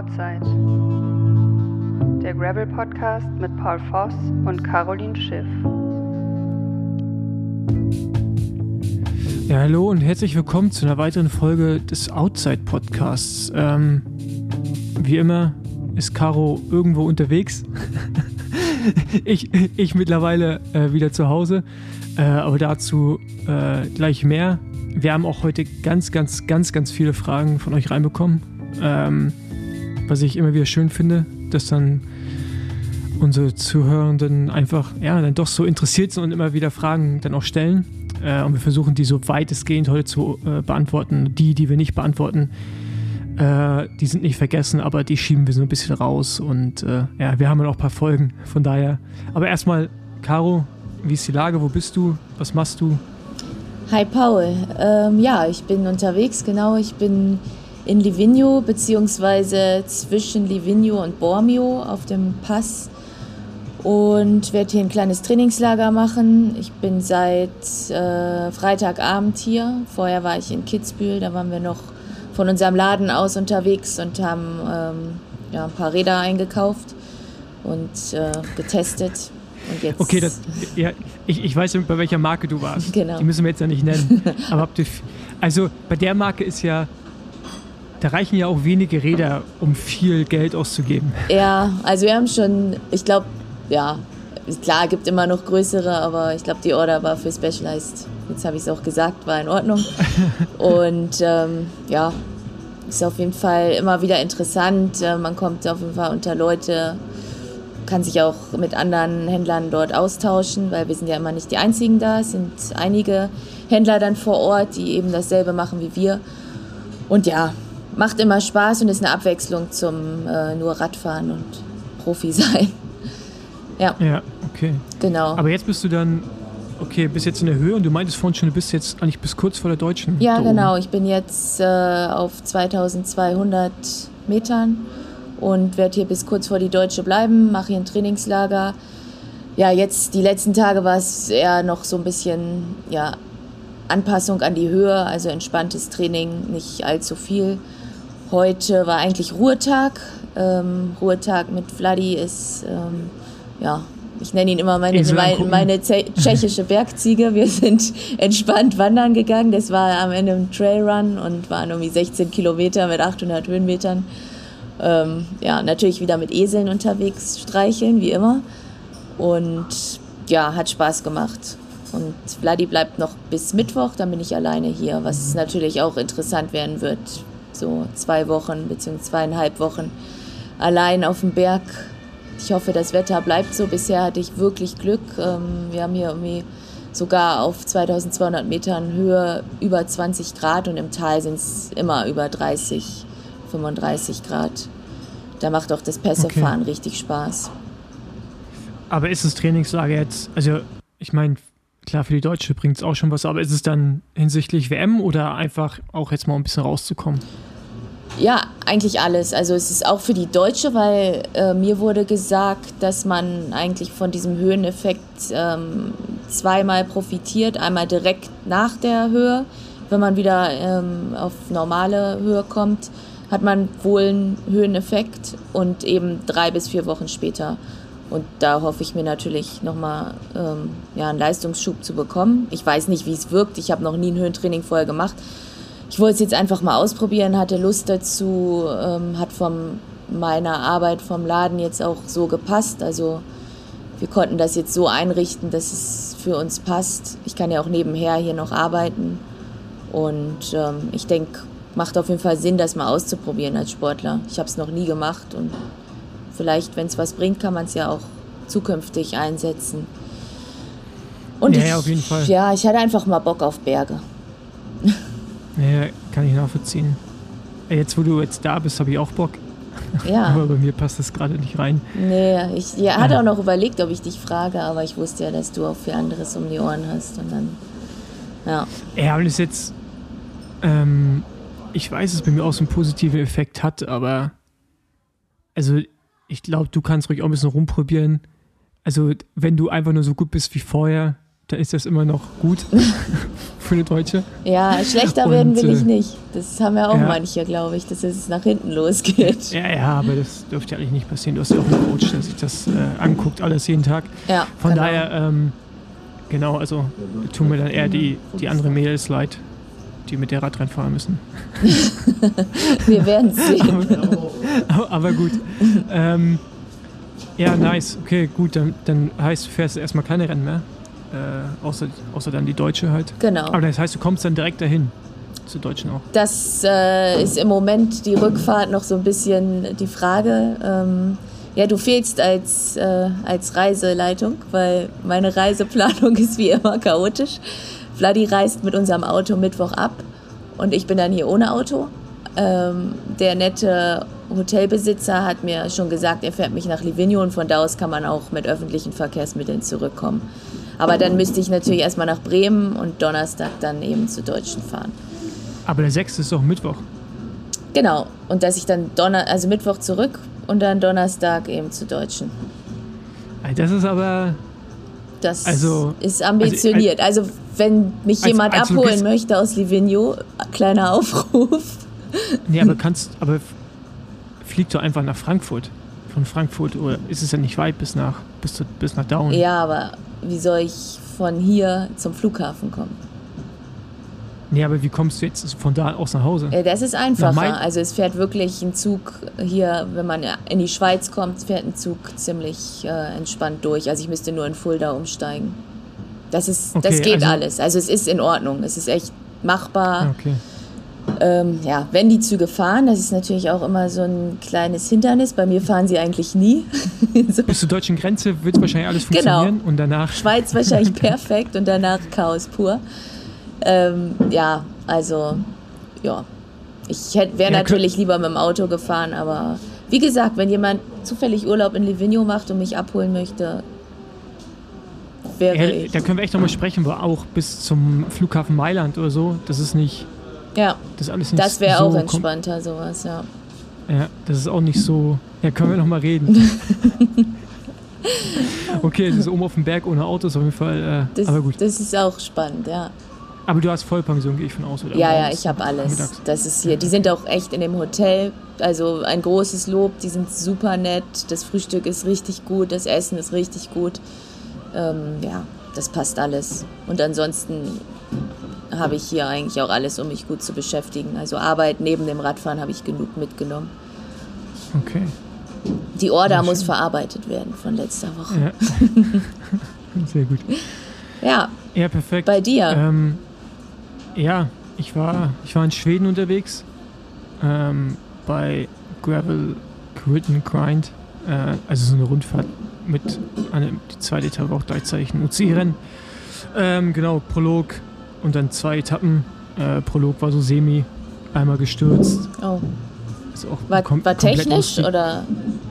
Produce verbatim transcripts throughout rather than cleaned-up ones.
Outside. Der Gravel-Podcast mit Paul Voss und Caroline Schiff. Ja, hallo und herzlich willkommen zu einer weiteren Folge des Outside-Podcasts. Ähm, wie immer ist Caro irgendwo unterwegs. ich, ich mittlerweile äh, wieder zu Hause, äh, aber dazu äh, gleich mehr. Wir haben auch heute ganz, ganz, ganz, ganz viele Fragen von euch reinbekommen, ähm, was ich immer wieder schön finde, dass dann unsere Zuhörenden einfach ja dann doch so interessiert sind und immer wieder Fragen dann auch stellen. Äh, und wir versuchen, die so weitestgehend heute zu äh, beantworten. Die, die wir nicht beantworten, äh, die sind nicht vergessen, aber die schieben wir so ein bisschen raus. Und äh, ja, wir haben ja noch ein paar Folgen, von daher. Aber erstmal, Caro, wie ist die Lage? Wo bist du? Was machst du? Hi Paul, ähm, ja, ich bin unterwegs, genau, ich bin in Livigno, beziehungsweise zwischen Livigno und Bormio auf dem Pass und werde hier ein kleines Trainingslager machen. Ich bin seit äh, Freitagabend hier, vorher war ich in Kitzbühel, da waren wir noch von unserem Laden aus unterwegs und haben ähm, ja, ein paar Räder eingekauft und äh, getestet. Und jetzt okay, das, ja, ich, ich weiß, bei welcher Marke du warst. Genau. Die müssen wir jetzt ja nicht nennen. Aber habt ihr, also bei der Marke ist ja, da reichen ja auch wenige Räder, um viel Geld auszugeben. Ja, also wir haben schon, ich glaube, ja, klar, gibt immer noch größere, aber ich glaube, die Order war für Specialized. Jetzt habe ich es auch gesagt, war in Ordnung. Und ähm, ja, ist auf jeden Fall immer wieder interessant. Man kommt auf jeden Fall unter Leute, kann sich auch mit anderen Händlern dort austauschen, weil wir sind ja immer nicht die Einzigen da. Es sind einige Händler dann vor Ort, die eben dasselbe machen wie wir. Und ja, macht immer Spaß und ist eine Abwechslung zum äh, nur Radfahren und Profi sein. Ja. Ja, okay. Genau. Aber jetzt bist du dann, okay, bist jetzt in der Höhe und du meintest vorhin schon, du bist jetzt eigentlich bis kurz vor der Deutschen. Ja, genau. Ich bin jetzt äh, auf zweitausendzweihundert Metern. Und werde hier bis kurz vor die Deutsche bleiben, mache hier ein Trainingslager. Ja, jetzt die letzten Tage war es eher noch so ein bisschen ja, Anpassung an die Höhe, also entspanntes Training, nicht allzu viel. Heute war eigentlich Ruhetag. Ähm, Ruhetag mit Vladi ist, ähm, ja, ich nenne ihn immer meine, meine, meine tschechische Bergziege. Wir sind entspannt wandern gegangen. Das war am Ende ein Trailrun und waren irgendwie sechzehn Kilometer mit achthundert Höhenmetern. Ähm, ja, natürlich wieder mit Eseln unterwegs, streicheln, wie immer. Und ja, hat Spaß gemacht. Und Vladi bleibt noch bis Mittwoch, dann bin ich alleine hier, was natürlich auch interessant werden wird. So zwei Wochen bzw. zweieinhalb Wochen allein auf dem Berg. Ich hoffe, das Wetter bleibt so. Bisher hatte ich wirklich Glück. Ähm, wir haben hier irgendwie sogar auf zweitausendzweihundert Metern Höhe über zwanzig Grad und im Tal sind es immer über dreißig, fünfunddreißig Grad. Da macht auch das Pässefahren okay. richtig Spaß. Aber ist das Trainingslager jetzt, also ich meine, klar, für die Deutsche bringt es auch schon was, aber ist es dann hinsichtlich W M oder einfach auch jetzt mal ein bisschen rauszukommen? Ja, eigentlich alles. Also es ist auch für die Deutsche, weil äh, mir wurde gesagt, dass man eigentlich von diesem Höheneffekt ähm, zweimal profitiert. Einmal direkt nach der Höhe, wenn man wieder ähm, auf normale Höhe kommt, hat man wohl einen Höheneffekt und eben drei bis vier Wochen später. Und da hoffe ich mir natürlich nochmal ähm, ja, einen Leistungsschub zu bekommen. Ich weiß nicht, wie es wirkt. Ich habe noch nie ein Höhentraining vorher gemacht. Ich wollte es jetzt einfach mal ausprobieren, hatte Lust dazu, ähm, hat von meiner Arbeit vom Laden jetzt auch so gepasst. Also wir konnten das jetzt so einrichten, dass es für uns passt. Ich kann ja auch nebenher hier noch arbeiten. Und ähm, ich denke, macht auf jeden Fall Sinn, das mal auszuprobieren als Sportler. Ich habe es noch nie gemacht und vielleicht, wenn es was bringt, kann man es ja auch zukünftig einsetzen. Und ja, ich, ja, auf jeden Fall. Ja, ich hatte einfach mal Bock auf Berge. Ja, kann ich nachvollziehen. Jetzt, wo du jetzt da bist, habe ich auch Bock. Ja. Aber bei mir passt das gerade nicht rein. Nee, ich ja, hatte auch noch überlegt, ob ich dich frage, aber ich wusste ja, dass du auch viel anderes um die Ohren hast. Und dann, ja. Ja, und es jetzt, ähm, ich weiß, dass es bei mir auch so einen positiven Effekt hat, aber also ich glaube, du kannst ruhig auch ein bisschen rumprobieren. Also wenn du einfach nur so gut bist wie vorher, dann ist das immer noch gut. für eine Deutsche. Ja, schlechter Und, werden will ich äh, nicht. Das haben ja auch ja. manche, glaube ich, dass es nach hinten losgeht. Ja, ja, aber das dürfte ja eigentlich nicht passieren. Du hast ja auch einen Coach, der sich das äh, anguckt, alles jeden Tag. Ja, Von genau. daher, ähm, genau, also tun mir dann eher die, die andere Mädels leid, die mit der Radrennen fahren müssen. Wir werden es sehen. aber, aber gut. ähm, ja, nice. Okay, gut, dann, dann heißt, du fährst erstmal keine Rennen mehr. Äh, außer, außer dann die Deutsche halt. Genau. Aber das heißt, du kommst dann direkt dahin. Zur Deutschen auch. Das äh, ist im Moment die Rückfahrt noch so ein bisschen die Frage. Ähm, ja, du fehlst als, äh, als Reiseleitung, weil meine Reiseplanung ist wie immer chaotisch. Vladi reist mit unserem Auto Mittwoch ab und ich bin dann hier ohne Auto. Ähm, der nette Hotelbesitzer hat mir schon gesagt, er fährt mich nach Livigno und von da aus kann man auch mit öffentlichen Verkehrsmitteln zurückkommen. Aber dann müsste ich natürlich erstmal nach Bremen und Donnerstag dann eben zur Deutschen fahren. Aber der sechste ist doch Mittwoch. Genau, und dass ich dann Donner- also Mittwoch zurück und dann Donnerstag eben zur Deutschen. Das ist aber... Das also, ist ambitioniert. Also, also wenn mich also, jemand also abholen möchte aus Livigno, kleiner Aufruf. Nee, aber kannst, aber flieg doch einfach nach Frankfurt. Von Frankfurt, oder ist es ja nicht weit bis nach, bis, zu, bis nach Daun? Ja, aber wie soll ich von hier zum Flughafen kommen? Nee, aber wie kommst du jetzt von da aus nach Hause? Das ist einfacher. Mein- Also es fährt wirklich ein Zug hier, wenn man in die Schweiz kommt, fährt ein Zug ziemlich äh, entspannt durch. Also ich müsste nur in Fulda umsteigen. Das ist, Okay, das geht also- alles. Also es ist in Ordnung. Es ist echt machbar. Okay. Ähm, ja, wenn die Züge fahren, das ist natürlich auch immer so ein kleines Hindernis. Bei mir fahren sie eigentlich nie. So. Bis zur deutschen Grenze wird wahrscheinlich alles Genau. funktionieren und danach... Schweiz wahrscheinlich perfekt und danach Chaos pur. Ähm, ja, also, ja. Ich wäre Ja, natürlich lieber mit dem Auto gefahren, aber wie gesagt, wenn jemand zufällig Urlaub in Livigno macht und mich abholen möchte, wäre Ja, ich. da können wir echt nochmal sprechen, wo auch bis zum Flughafen Mailand oder so, das ist nicht... Ja, Das, ist alles nicht das wäre so auch kom- entspannter, sowas, ja. Ja, das ist auch nicht so... Ja, können wir nochmal reden. Okay, das ist oben auf dem Berg ohne Autos auf jeden Fall, äh, Das, aber gut. das ist auch spannend, ja. Aber du hast Vollpension, gehe ich von aus, oder? Ja, ja, morgens, ich habe alles. mittags? Das ist hier. Die sind auch echt in dem Hotel. Also ein großes Lob. Die sind super nett. Das Frühstück ist richtig gut. Das Essen ist richtig gut. Ähm, ja, das passt alles. Und ansonsten habe ich hier eigentlich auch alles, um mich gut zu beschäftigen. Also Arbeit neben dem Radfahren habe ich genug mitgenommen. Okay. Die Order Sehr muss schön. verarbeitet werden von letzter Woche. Ja. Sehr gut. Ja, Ja, perfekt. bei dir. Ähm, ja, ich war, ich war in Schweden unterwegs. Ähm, bei Gravel Grit and Grind. Äh, also so eine Rundfahrt mit einem, die zweite Etappe auch gleichzeitig ein U C I-Rennen. Ähm, genau, Prolog und dann zwei Etappen. Äh, Prolog war so semi, einmal gestürzt. Oh. Ist auch War, kom- war komplett technisch lustig. oder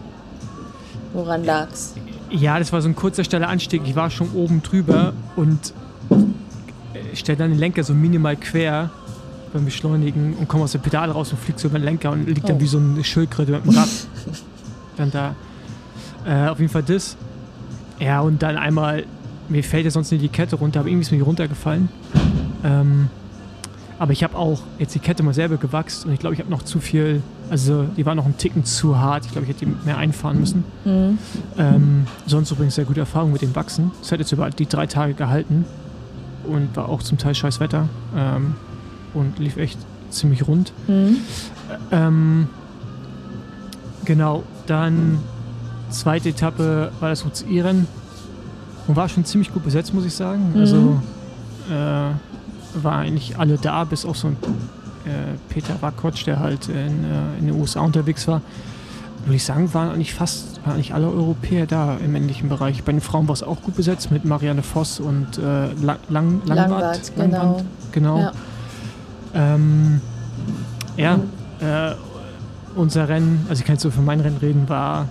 woran lag's? Ja, das war so ein kurzer, steiler Anstieg. Ich war schon oben drüber und stelle dann den Lenker so minimal quer beim Beschleunigen und komme aus der Pedale raus und fliege so über den Lenker und liegt dann Oh. wie so eine Schildkröte mit dem Rad. Dann da. Äh, auf jeden Fall das. Ja, und dann einmal, mir fällt ja sonst nicht die Kette runter, aber irgendwie ist mir die runtergefallen. Ähm, aber ich habe auch jetzt die Kette mal selber gewachst und ich glaube, ich habe noch zu viel, also die war noch ein Ticken zu hart. Ich glaube, ich hätte die mehr einfahren müssen. Mhm. Ähm, sonst übrigens sehr gute Erfahrung mit dem Wachsen. Es hat jetzt über die drei Tage gehalten und war auch zum Teil scheiß Wetter ähm, und lief echt ziemlich rund. Mhm. Ähm, genau, dann zweite Etappe war das U C I-Rennen und war schon ziemlich gut besetzt, muss ich sagen. Mhm. Also äh, waren eigentlich alle da, bis auch so ein äh, Peter Wakotsch, der halt in, äh, in den U S A unterwegs war. Würde ich sagen, waren eigentlich fast, waren eigentlich alle Europäer da im männlichen Bereich. Bei den Frauen war es auch gut besetzt mit Marianne Voss und äh, Lang, Lang, Langbart. Langbart, genau. Langband, genau. Ja. Ähm, ja, äh, unser Rennen, also ich kann jetzt so für mein Rennen reden, war,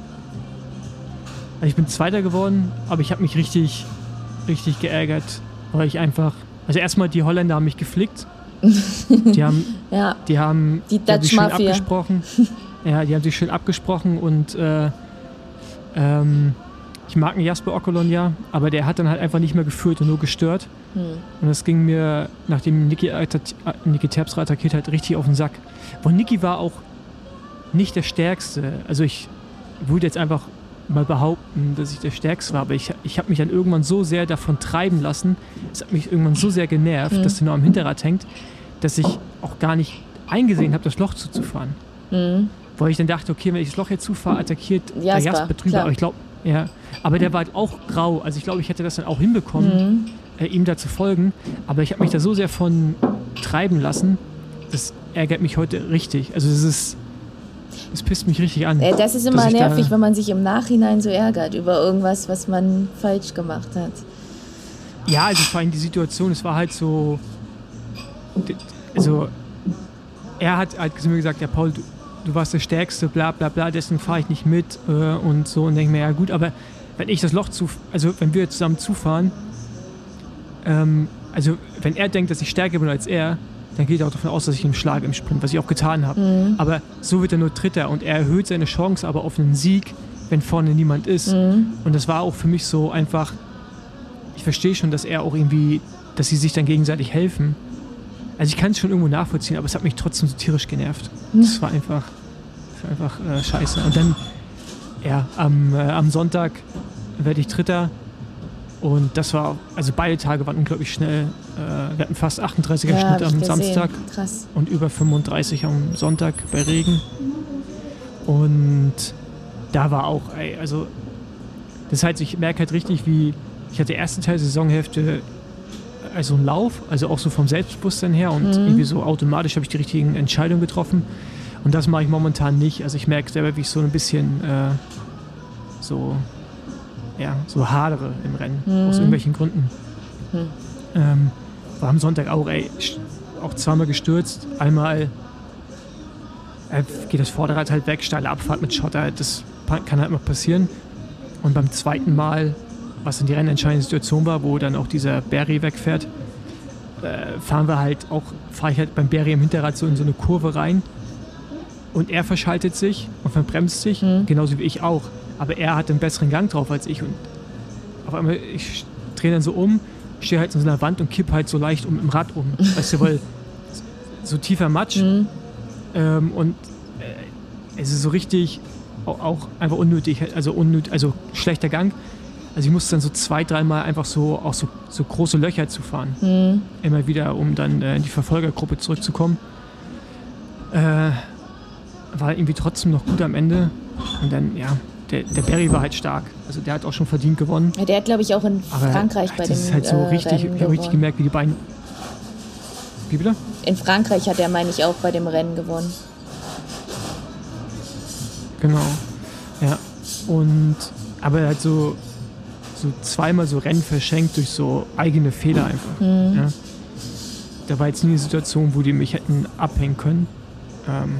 also ich bin Zweiter geworden, aber ich habe mich richtig, richtig geärgert, weil ich einfach, also erstmal die Holländer haben mich geflickt. Die haben, Ja, die haben, Die die haben sich Dutch schön Mafia. abgesprochen. Ja, die haben sich schön abgesprochen und äh, ähm, ich mag einen Jasper Okkolon ja, aber der hat dann halt einfach nicht mehr geführt und nur gestört. Hm. Und das ging mir, nachdem Niki, Niki Terpstra attackiert hat, richtig auf den Sack. Und Niki war auch nicht der Stärkste. Also ich würde jetzt einfach mal behaupten, dass ich der Stärkste war, aber ich, ich habe mich dann irgendwann so sehr davon treiben lassen, es hat mich irgendwann so sehr genervt, hm. dass der nur am Hinterrad hängt, dass ich auch gar nicht eingesehen habe, das Loch zuzufahren. Hm. Weil ich dann dachte, okay, wenn ich das Loch jetzt zufahre, attackiert Jasper, der Jasper drüber. Klar. Aber ich glaube, ja, aber der war halt auch grau. Also ich glaube, ich hätte das dann auch hinbekommen, mhm. äh, ihm da zu folgen. Aber ich habe mich da so sehr von treiben lassen, das ärgert mich heute richtig. Also das ist, das pisst mich richtig an. Äh, das ist immer nervig, da, wenn man sich im Nachhinein so ärgert über irgendwas, was man falsch gemacht hat. Ja, also vor allem die Situation, es war halt so, also er hat halt zu mir gesagt, ja Paul, du, du warst der Stärkste, bla bla bla, deswegen fahre ich nicht mit äh, und so und denke mir, ja gut, aber wenn ich das Loch zu, also wenn wir zusammen zufahren, ähm, also wenn er denkt, dass ich stärker bin als er, dann geht er auch davon aus, dass ich ihn schlage im Sprint, was ich auch getan habe. Mhm. Aber so wird er nur Dritter und er erhöht seine Chance aber auf einen Sieg, wenn vorne niemand ist. Mhm. Und das war auch für mich so einfach, ich verstehe schon, dass er auch irgendwie, dass sie sich dann gegenseitig helfen. Also ich kann es schon irgendwo nachvollziehen, aber es hat mich trotzdem so tierisch genervt. Das war einfach, das war einfach äh, scheiße. Und dann, ja, am, äh, am Sonntag werde ich Dritter. Und das war, also beide Tage waren unglaublich schnell. Äh, wir hatten fast achtunddreißiger ja, Schnitt am Samstag. Krass. Und über fünfunddreißig am Sonntag bei Regen. Und da war auch, ey, also das heißt, ich merke halt richtig, wie ich hatte erste Teil der Saisonhälfte also ein Lauf, also auch so vom Selbstbewusstsein her und mhm. irgendwie so automatisch habe ich die richtigen Entscheidungen getroffen und das mache ich momentan nicht. Also ich merke selber, wie ich so ein bisschen äh, so ja, so hadere im Rennen, mhm. aus irgendwelchen Gründen. Mhm. Ähm, war am Sonntag auch, ey, auch zweimal gestürzt, einmal äh, geht das Vorderrad halt weg, steile Abfahrt mit Schotter, das kann halt mal passieren und beim zweiten Mal, was dann die rennentscheidende Situation war, wo dann auch dieser Berry wegfährt, äh, fahren wir halt auch, fahre ich halt beim Berry im Hinterrad so in so eine Kurve rein und er verschaltet sich und verbremst sich, mhm. genauso wie ich auch. Aber er hat einen besseren Gang drauf als ich und auf einmal, ich drehe dann so um, stehe halt in so einer Wand und kipp halt so leicht um im Rad um, weißt du, weil so tiefer Matsch mhm. ähm, und äh, es ist so richtig auch, auch einfach unnötig, also unnötig, also schlechter Gang. Also ich musste dann so zwei, dreimal einfach so auch so, so große Löcher zu fahren. Mhm. Immer wieder, um dann äh, in die Verfolgergruppe zurückzukommen. Äh, war irgendwie trotzdem noch gut am Ende. Und dann, ja, der, der Berry war halt stark. Also der hat auch schon verdient gewonnen. Ja, der hat, glaube ich, auch in Aber Frankreich bei dem Das ist halt so äh, richtig, Rennen ich habe richtig gemerkt, wie die beiden... Wie bitte? In Frankreich hat er, meine ich, auch bei dem Rennen gewonnen. Genau, ja. Und, aber er hat so... so zweimal so Rennen verschenkt durch so eigene Fehler einfach. Mhm. Ja. Da war jetzt nie eine Situation, wo die mich hätten abhängen können. Ähm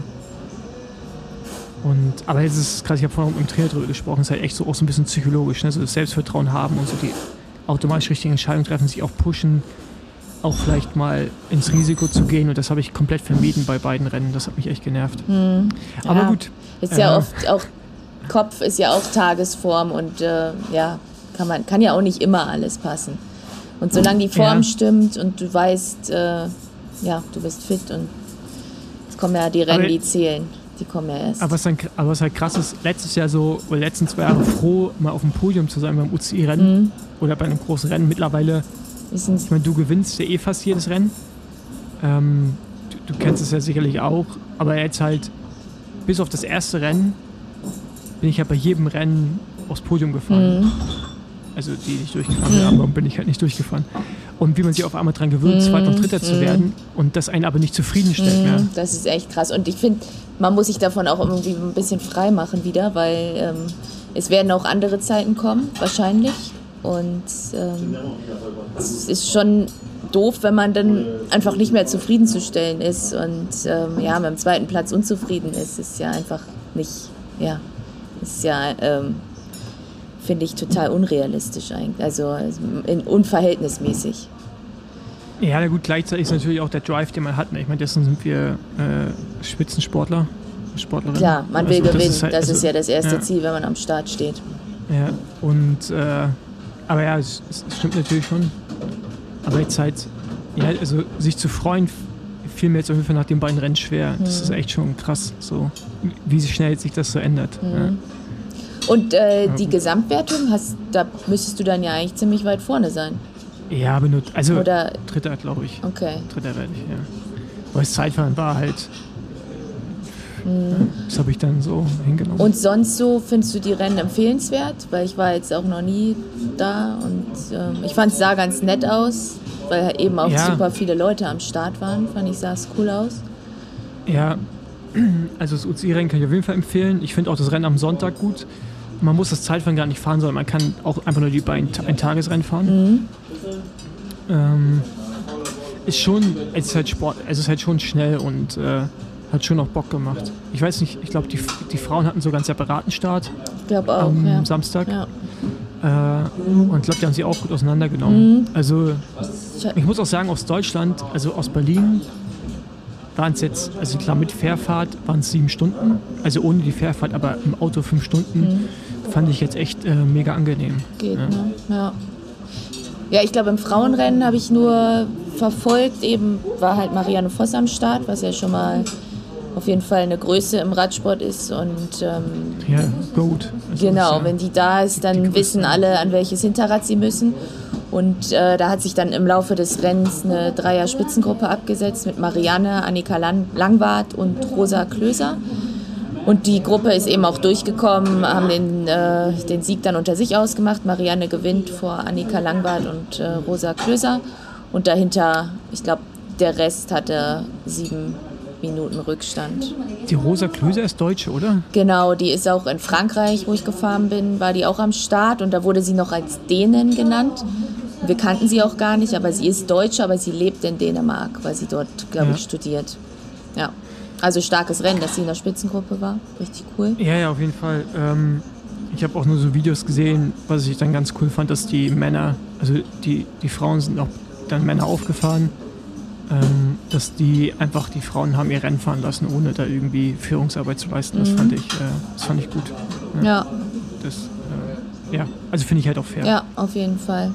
und, aber jetzt ist es krass, ich habe vorhin mit dem Trainer drüber gesprochen, es ist halt echt so auch so ein bisschen psychologisch, ne? So das Selbstvertrauen haben und so die automatisch richtigen Entscheidungen treffen, sich auch pushen, auch vielleicht mal ins Risiko zu gehen und das habe ich komplett vermieden bei beiden Rennen, das hat mich echt genervt. Mhm. Aber ja. gut. Ist ja äh, oft auch, Kopf ist ja auch Tagesform und äh, ja, Kann, man, kann ja auch nicht immer alles passen. Und solange die Form ja. stimmt und du weißt, äh, ja, du bist fit und es kommen ja die Rennen, aber, die zählen, die kommen ja erst. Aber was, dann, aber was halt krass ist, letztes Jahr so, oder letzten zwei Jahre froh, mal auf dem Podium zu sein beim U C I-Rennen mhm. oder bei einem großen Rennen. Mittlerweile, ich meine, du gewinnst ja eh fast jedes Rennen. Ähm, du, du kennst es ja sicherlich auch, aber jetzt halt, bis auf das erste Rennen, bin ich ja bei jedem Rennen aufs Podium gefahren. Mhm. Also die nicht durchgefahren sind, aber bin ich halt nicht durchgefahren. Und wie man sich auf einmal dran gewöhnt, mm, Zweiter und Dritter mm. zu werden und das einen aber nicht zufriedenstellt. Mm, ja. Das ist echt krass. Und ich finde, man muss sich davon auch irgendwie ein bisschen frei machen wieder, weil ähm, es werden auch andere Zeiten kommen, wahrscheinlich. Und ähm, es ist schon doof, wenn man dann einfach nicht mehr zufriedenzustellen ist und ähm, ja, mit dem zweiten Platz unzufrieden ist. Ist ja einfach nicht, ja, ist ja... Ähm, finde ich total unrealistisch eigentlich, also in, unverhältnismäßig. Ja, na gut, gleichzeitig ist natürlich auch der Drive, den man hat. Ich meine, dessen sind wir äh, Spitzensportler, Sportlerinnen. Klar, man will also, gewinnen, das ist, halt, das also, ist ja das erste ja. Ziel, wenn man am Start steht. Ja, und, äh, aber ja, es, es stimmt natürlich schon. Aber jetzt halt, ja, also sich zu freuen, fiel mir jetzt auf jeden Fall nach den beiden Rennen schwer. Das Mhm. ist echt schon krass, so wie schnell sich das so ändert. Mhm. Ja. Und äh, die gut. Gesamtwertung, hast, da müsstest du dann ja eigentlich ziemlich weit vorne sein. Ja, aber nur, also Oder, Dritter, glaube ich. okay. Dritter werde ich, ja. Weil das Zeitfahren war halt, Mhm. ja, das habe ich dann so hingenommen. Und sonst so, findest du die Rennen empfehlenswert? Weil ich war jetzt auch noch nie da und ähm, ich fand es sah ganz nett aus, weil halt eben auch Ja. super viele Leute am Start waren. Fand ich, sah es cool aus. Ja, also das U C I-Rennen kann ich auf jeden Fall empfehlen. Ich finde auch das Rennen am Sonntag gut. Man muss das Zeitfahren gar nicht fahren, sondern man kann auch einfach nur die beiden ein Tagesrennen fahren. Mhm. Ähm, ist schon, es ist halt Sport, es ist halt schon schnell und äh, hat schon auch Bock gemacht. Ich weiß nicht, ich glaube, die, die Frauen hatten sogar einen separaten Start Ich glaube auch, am ja. Samstag. Ja. Äh, und ich glaube, die haben sie auch gut auseinandergenommen. Mhm. Also Ich, ich muss auch sagen, aus Deutschland, also aus Berlin, waren es jetzt, also klar mit Fährfahrt waren es sieben Stunden, also ohne die Fährfahrt, aber im Auto fünf Stunden, fand ich jetzt echt äh, mega angenehm. geht, Ja. ne? Ja. Ja, ich glaube, im Frauenrennen habe ich nur verfolgt, eben war halt Marianne Voss am Start, was ja schon mal auf jeden Fall eine Größe im Radsport ist und ähm, Ja, gut. Also genau, ist ja- wenn die da ist, die dann größte. wissen alle, an welches Hinterrad sie müssen. Und äh, da hat sich dann im Laufe des Rennens eine Dreier-Spitzengruppe abgesetzt mit Marianne, Annika Lang Langwart und Rosa Klöser. Und die Gruppe ist eben auch durchgekommen, haben den, äh, den Sieg dann unter sich ausgemacht. Marianne gewinnt vor Annika Langwart und äh, Rosa Klöser. Und dahinter, ich glaube, der Rest hatte sieben Minuten Rückstand. Die Rosa Klöser ist Deutsche, oder? Genau, die ist auch in Frankreich, wo ich gefahren bin, war die auch am Start und da wurde sie noch als Dänin genannt. Wir kannten sie auch gar nicht, aber sie ist Deutsche, aber sie lebt in Dänemark, weil sie dort, glaube Ja. ich, studiert. Ja, also starkes Rennen, dass sie in der Spitzengruppe war. Richtig cool. Ja, ja, auf jeden Fall. Ähm, ich habe auch nur so Videos gesehen, was ich dann ganz cool fand, dass die Männer, also die, die Frauen sind auch dann Männer aufgefahren, ähm, dass die einfach, die Frauen haben ihr Rennen fahren lassen, ohne da irgendwie Führungsarbeit zu leisten. Das, Mhm. fand, ich, äh, das fand ich gut. Ja, Das, äh, ja, also finde ich halt auch fair. ja, auf jeden Fall.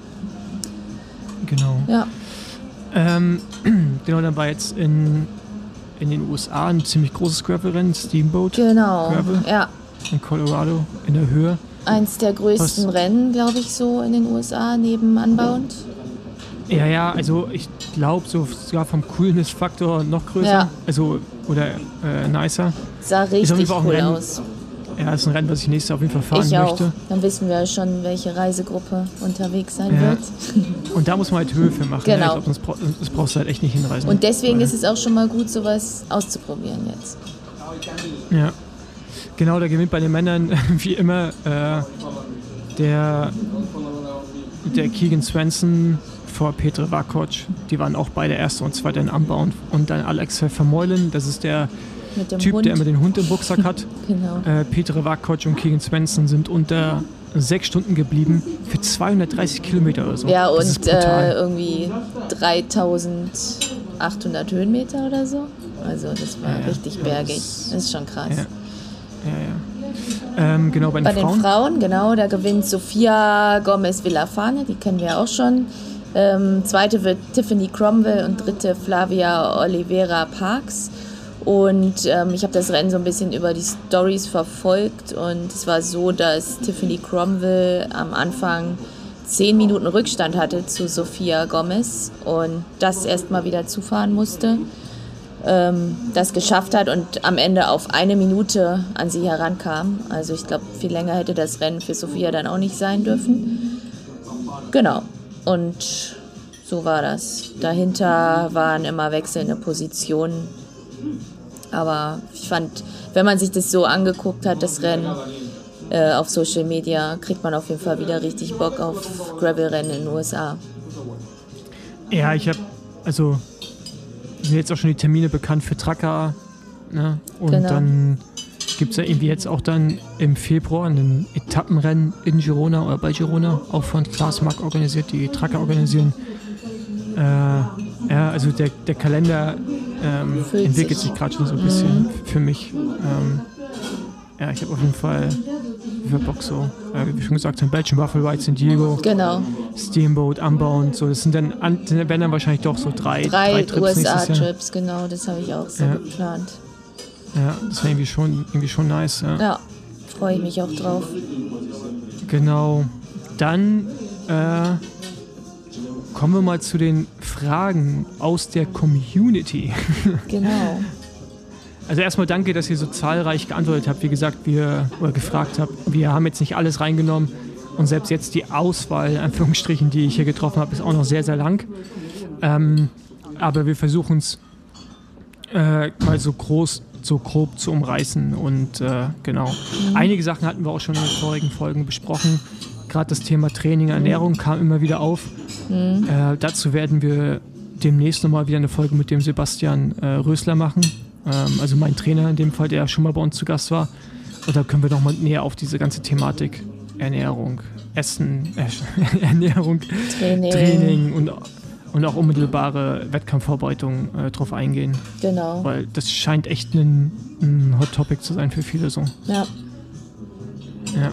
Genau. Ja, Ähm, genau, dann war jetzt in, in den U S A ein ziemlich großes Gravel-Rennen, Steamboat genau. Gravel Ja, in Colorado in der Höhe. eins der größten Was- Rennen, glaube ich, so in den U S A neben Unbound. Ja, ja, also ich glaube so sogar vom Coolness-Faktor noch größer. Ja. Also, oder äh, nicer. Sah Ist auf jeden richtig Fall auch ein cool Rennen. aus. Ja, ist ein Rennen, was ich nächstes Jahr auf jeden Fall fahren Ich auch. möchte. Dann wissen wir schon, welche Reisegruppe unterwegs sein Ja. wird. Und da muss man halt Höhe für machen. Genau. Ja, ich glaube, sonst brauch, das brauchst du halt echt nicht hinreisen. Und deswegen Weil- ist es auch schon mal gut, sowas auszuprobieren jetzt. Ja, genau, da gewinnt bei den Männern wie immer äh, der, der Keegan Swenson vor Petr Vakoc. Die waren auch beide Erster und Zweiter in Unbound. Und dann Alex Vermeulen, das ist der Mit dem Typ, Hund. der immer den Hund im Rucksack hat. Genau. Äh, Petr Vakoc und Keegan Swenson sind unter sechs Stunden geblieben für zweihundertdreißig Kilometer oder so. Ja, das ist und äh, brutal. irgendwie dreitausendachthundert Höhenmeter oder so. Also das war Ja, ja. richtig Ja, bergig. das- Das ist schon krass. Ja, ja, ja. Ähm, genau, bei den Bei den Frauen. Frauen, genau, da gewinnt Sofia Gomez Villafane, die kennen wir auch schon. Ähm, zweite wird Tiffany Cromwell und dritte Flavia Oliveira Parks. Und ähm, ich habe das Rennen so ein bisschen über die Stories verfolgt und es war so, dass Tiffany Cromwell am Anfang zehn Minuten Rückstand hatte zu Sofia Gomez und das erstmal wieder zufahren musste. Ähm, das geschafft hat und am Ende auf eine Minute an sie herankam. Also ich glaube, viel länger hätte das Rennen für Sofia dann auch nicht sein dürfen. Genau. Und so war das. Dahinter waren immer wechselnde Positionen. Aber ich fand, wenn man sich das so angeguckt hat, das Rennen äh, auf Social Media, kriegt man auf jeden Fall wieder richtig Bock auf Gravel-Rennen in den U S A. Ja, ich habe, also sind jetzt auch schon die Termine bekannt für Tracker. Ne? Und Genau. dann gibt es ja irgendwie jetzt auch dann im Februar ein Etappenrennen in Girona oder bei Girona, auch von Klaas Mack organisiert, die Tracker organisieren. Äh, ja, also der, der Kalender ähm, Füllt entwickelt sich. sich gerade schon so ein bisschen für mich. Ähm, ja, ich habe auf jeden Fall wie viel Bock so, äh, wie wir schon gesagt haben, Belgian Buffalo Ride, San Diego, Genau. Steamboat, Unbound, so, das sind dann, an, sind dann wahrscheinlich doch so drei, drei, Drei, drei U S Trips nächstes Jahr. A-Trips, genau, das habe ich auch so Ja. geplant. Ja, das wäre irgendwie schon, irgendwie schon nice. Ja. Ja, freue ich mich auch drauf. Genau. Dann äh, kommen wir mal zu den Fragen aus der Community. Genau. Also erstmal danke, dass ihr so zahlreich geantwortet habt. Wie gesagt, wir oder gefragt habt. Wir haben jetzt nicht alles reingenommen und selbst jetzt die Auswahl, in Anführungsstrichen, die ich hier getroffen habe, ist auch noch sehr, sehr lang. Ähm, aber wir versuchen es äh, mal so groß, so grob zu umreißen und äh, genau. Mhm. Einige Sachen hatten wir auch schon in den vorigen Folgen besprochen. Gerade das Thema Training, Ernährung kam immer wieder auf. Mhm. Äh, dazu werden wir demnächst nochmal wieder eine Folge mit dem Sebastian äh, Rösler machen. Ähm, also mein Trainer in dem Fall, der schon mal bei uns zu Gast war. Und da können wir nochmal näher auf diese ganze Thematik Ernährung, Essen, äh, Ernährung, Training, Training und, und auch unmittelbare Wettkampfvorbereitung äh, drauf eingehen. Genau. Weil das scheint echt ein, ein Hot Topic zu sein für viele so. Ja. Ja.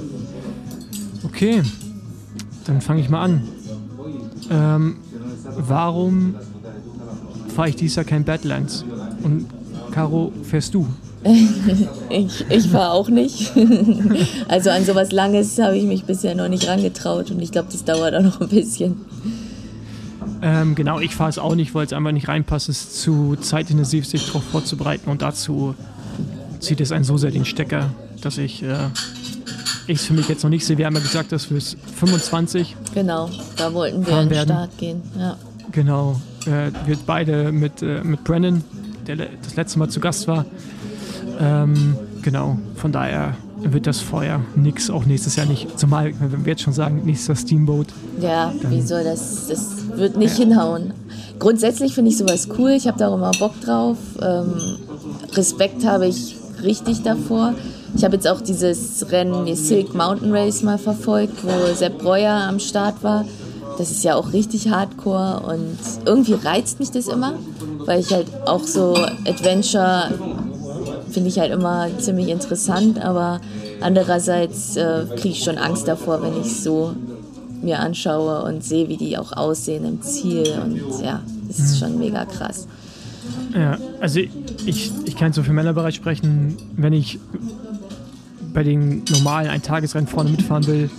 Okay, dann fange ich mal an. Ähm, warum fahre ich dieses Jahr kein Badlands? Und Caro, fährst du? ich ich fahre auch nicht. Also an sowas Langes habe ich mich bisher noch nicht rangetraut und ich glaube, das dauert auch noch ein bisschen. Ähm, genau, ich fahre es auch nicht, weil es einfach nicht reinpasst, es zu zeitintensiv sich darauf vorzubereiten und dazu zieht es einen so sehr den Stecker, dass ich äh, ich für mich jetzt noch nicht sehe. Wir haben ja gesagt, dass wir es fünfundzwanzig Genau, da wollten wir an den Start gehen. Ja. Genau, äh, wir beide mit, äh, mit Brennan, der le- das letzte Mal zu Gast war. Ähm, genau, von daher wird das vorher nix, auch nächstes Jahr nicht. Zumal, wenn wir jetzt schon sagen, nächstes Jahr Steamboat. Ja, Dann- wie soll das, das wird nicht Ja. hinhauen. Grundsätzlich finde ich sowas cool, ich habe da auch immer Bock drauf. Ähm, Respekt habe ich richtig davor. Ich habe jetzt auch dieses Rennen, die Silk Mountain Race mal verfolgt, wo Sepp Breuer am Start war. Das ist ja auch richtig hardcore und irgendwie reizt mich das immer, weil ich halt auch so Adventure finde ich halt immer ziemlich interessant, aber andererseits äh, kriege ich schon Angst davor, wenn ich es so mir anschaue und sehe, wie die auch aussehen im Ziel und ja, das ist schon mega krass. Ja, also ich, ich kann so für den Männerbereich sprechen, wenn ich bei den normalen Eintagesrennen vorne mitfahren will,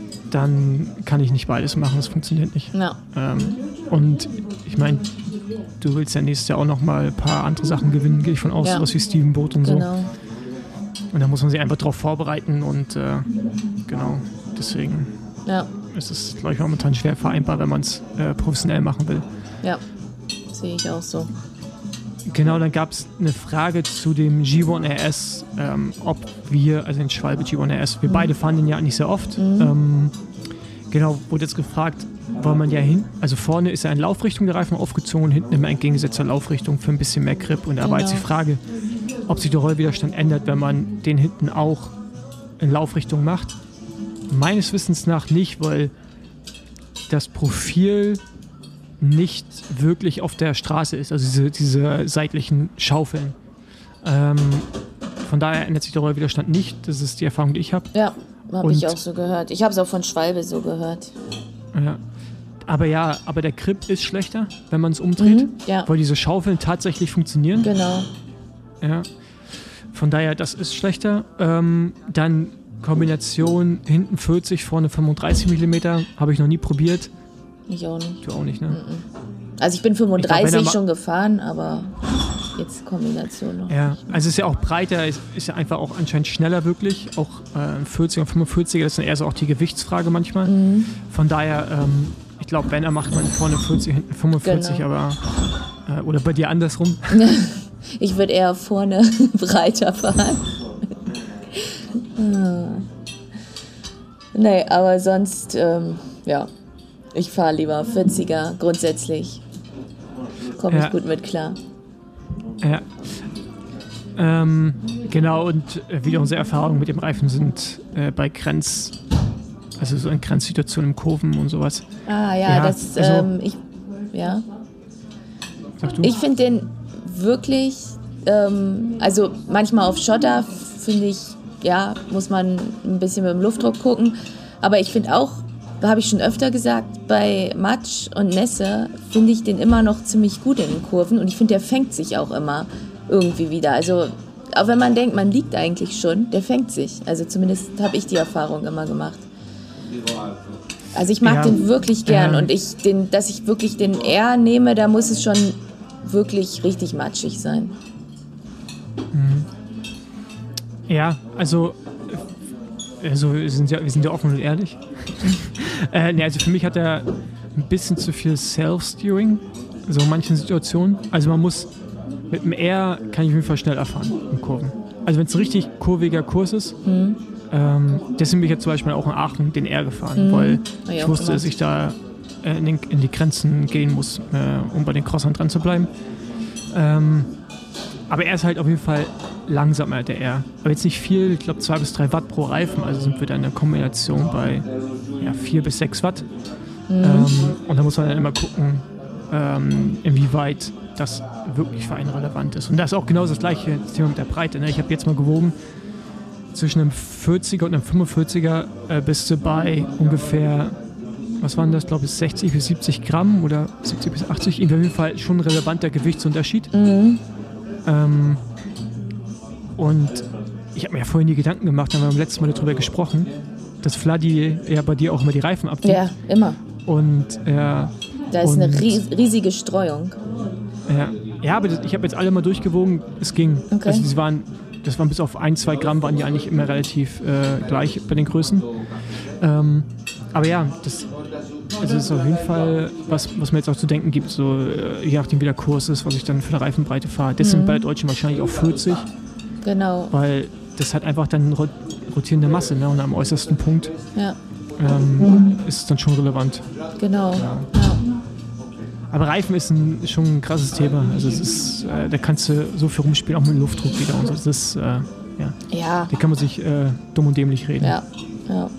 dann kann ich nicht beides machen, das funktioniert nicht. Ja. Ähm, und ich meine, du willst ja nächstes Jahr auch noch mal ein paar andere Sachen gewinnen, gehe ich von aus, Ja. sowas wie Stevenboat und Genau. so. Und da muss man sich einfach drauf vorbereiten und äh, genau, deswegen Ja, ist es, glaube ich, momentan schwer vereinbar, wenn man es äh, professionell machen will. ja, sehe ich auch so. Genau, dann gab es eine Frage zu dem G eins R S, ähm, ob wir, also den Schwalbe G eins R S, wir mhm. beide fahren den ja nicht sehr oft. Mhm. Ähm, genau, wurde jetzt gefragt, weil man ja hin, also vorne ist ja in Laufrichtung der Reifen aufgezogen und hinten immer entgegengesetzter Laufrichtung für ein bisschen mehr Grip. Und da genau. war jetzt die Frage, ob sich der Rollwiderstand ändert, wenn man den hinten auch in Laufrichtung macht. Meines Wissens nach nicht, weil das Profil nicht wirklich auf der Straße ist, also diese, diese seitlichen Schaufeln. Ähm, von daher ändert sich der Rollwiderstand nicht. Das ist die Erfahrung, die ich habe. Ja, habe ich auch so gehört. Ich habe es auch von Schwalbe so gehört. Ja. Aber ja, aber der Grip ist schlechter, wenn man es umdreht, mhm, ja. weil diese Schaufeln tatsächlich funktionieren. Genau. Ja. Von daher, das ist schlechter. Ähm, dann Kombination hinten vierzig, vorne fünfunddreißig Millimeter, habe ich noch nie probiert. Ich auch nicht. Du auch nicht, ne? Also ich bin fünfunddreißig ich glaub, schon gefahren, aber jetzt Kombination noch. Ja, also es ist ja auch breiter, ist, ist ja einfach auch anscheinend schneller wirklich. Auch äh, vierziger und fünfundvierziger, das ist dann eher so auch die Gewichtsfrage manchmal. Mhm. Von daher, ähm, ich glaube, wenn er macht man vorne vierzig, hinten fünfundvierzig, genau. aber äh, oder bei dir andersrum. Ich würde eher vorne breiter fahren. Nee, aber sonst, ähm, ja, ich fahre lieber vierziger grundsätzlich. Komme ich ja. gut mit klar. Ja. Ähm, genau, und äh, wieder unsere Erfahrungen mit dem Reifen sind äh, bei Grenz, also so in Grenzsituationen im Kurven und sowas. Ah ja, ja das, also, ähm, ich, ja. Sag du? Ich finde den wirklich, ähm, also manchmal auf Schotter finde ich ja, muss man ein bisschen mit dem Luftdruck gucken. Aber ich finde auch, da habe ich schon öfter gesagt, bei Matsch und Nässe finde ich den immer noch ziemlich gut in den Kurven. Und ich finde, der fängt sich auch immer irgendwie wieder. Also auch wenn man denkt, man liegt eigentlich schon, der fängt sich. Also zumindest habe ich die Erfahrung immer gemacht. Also ich mag ja, den wirklich gern. Ähm, und ich, den, dass ich wirklich den R nehme, da muss es schon wirklich richtig matschig sein. Ja, also, also wir, sind ja, wir sind ja offen und ehrlich. äh, nee, also für mich hat er ein bisschen zu viel Self-Steering, so in manchen Situationen. Also man muss, mit dem R kann ich auf jeden Fall schnell erfahren in Kurven. Also wenn es ein richtig kurviger Kurs ist, mhm. ähm, deswegen bin ich jetzt zum Beispiel auch in Aachen den R gefahren, mhm. weil ich, ich wusste, dass ich da äh, in, den, in die Grenzen gehen muss, äh, um bei den Crossern dran zu bleiben. Ähm, aber er ist halt auf jeden Fall langsamer, der R. Aber jetzt nicht viel, ich glaube zwei bis drei Watt pro Reifen, also sind wir dann in der Kombination bei ja, vier bis sechs Watt. Mhm. Ähm, und da muss man dann immer gucken, ähm, inwieweit das wirklich für einen relevant ist. Und das ist auch genau das gleiche Thema mit der Breite. Ne? Ich habe jetzt mal gewogen, zwischen einem vierziger und einem fünfundvierziger äh, bist du bei ungefähr, was waren das, glaube ich, sechzig bis siebzig Gramm oder siebzig bis achtzig. Auf jeden Fall schon ein relevanter Gewichtsunterschied. Mhm. Ähm, und ich habe mir ja vorhin die Gedanken gemacht, da haben wir beim letzten Mal darüber gesprochen, dass Vladi ja bei dir auch immer die Reifen abgibt. Ja, immer. Und äh, da ist und, eine ries- riesige Streuung. Ja, ja, aber das, ich habe jetzt alle mal durchgewogen, es ging. Okay. Also die waren, das waren bis auf ein, zwei Gramm, waren die eigentlich immer relativ äh, gleich bei den Größen. Ähm, aber ja, das, also das ist auf jeden Fall was, was mir jetzt auch zu denken gibt, so äh, je nachdem wie der Kurs ist, was ich dann für eine Reifenbreite fahre. Deswegen mhm. bei der Deutschen wahrscheinlich auch vierzig. Genau. Weil das hat einfach dann rotierende Masse, ne? Und am äußersten Punkt ja. ähm, mhm. ist es dann schon relevant. Genau. Ja. Ja. Aber Reifen ist ein, schon ein krasses Thema. Also es ist, äh, da kannst du so viel rumspielen, auch mit dem Luftdruck wieder und so. Das ist, äh, ja. ja. Da kann man sich äh, dumm und dämlich reden. Ja. Ja.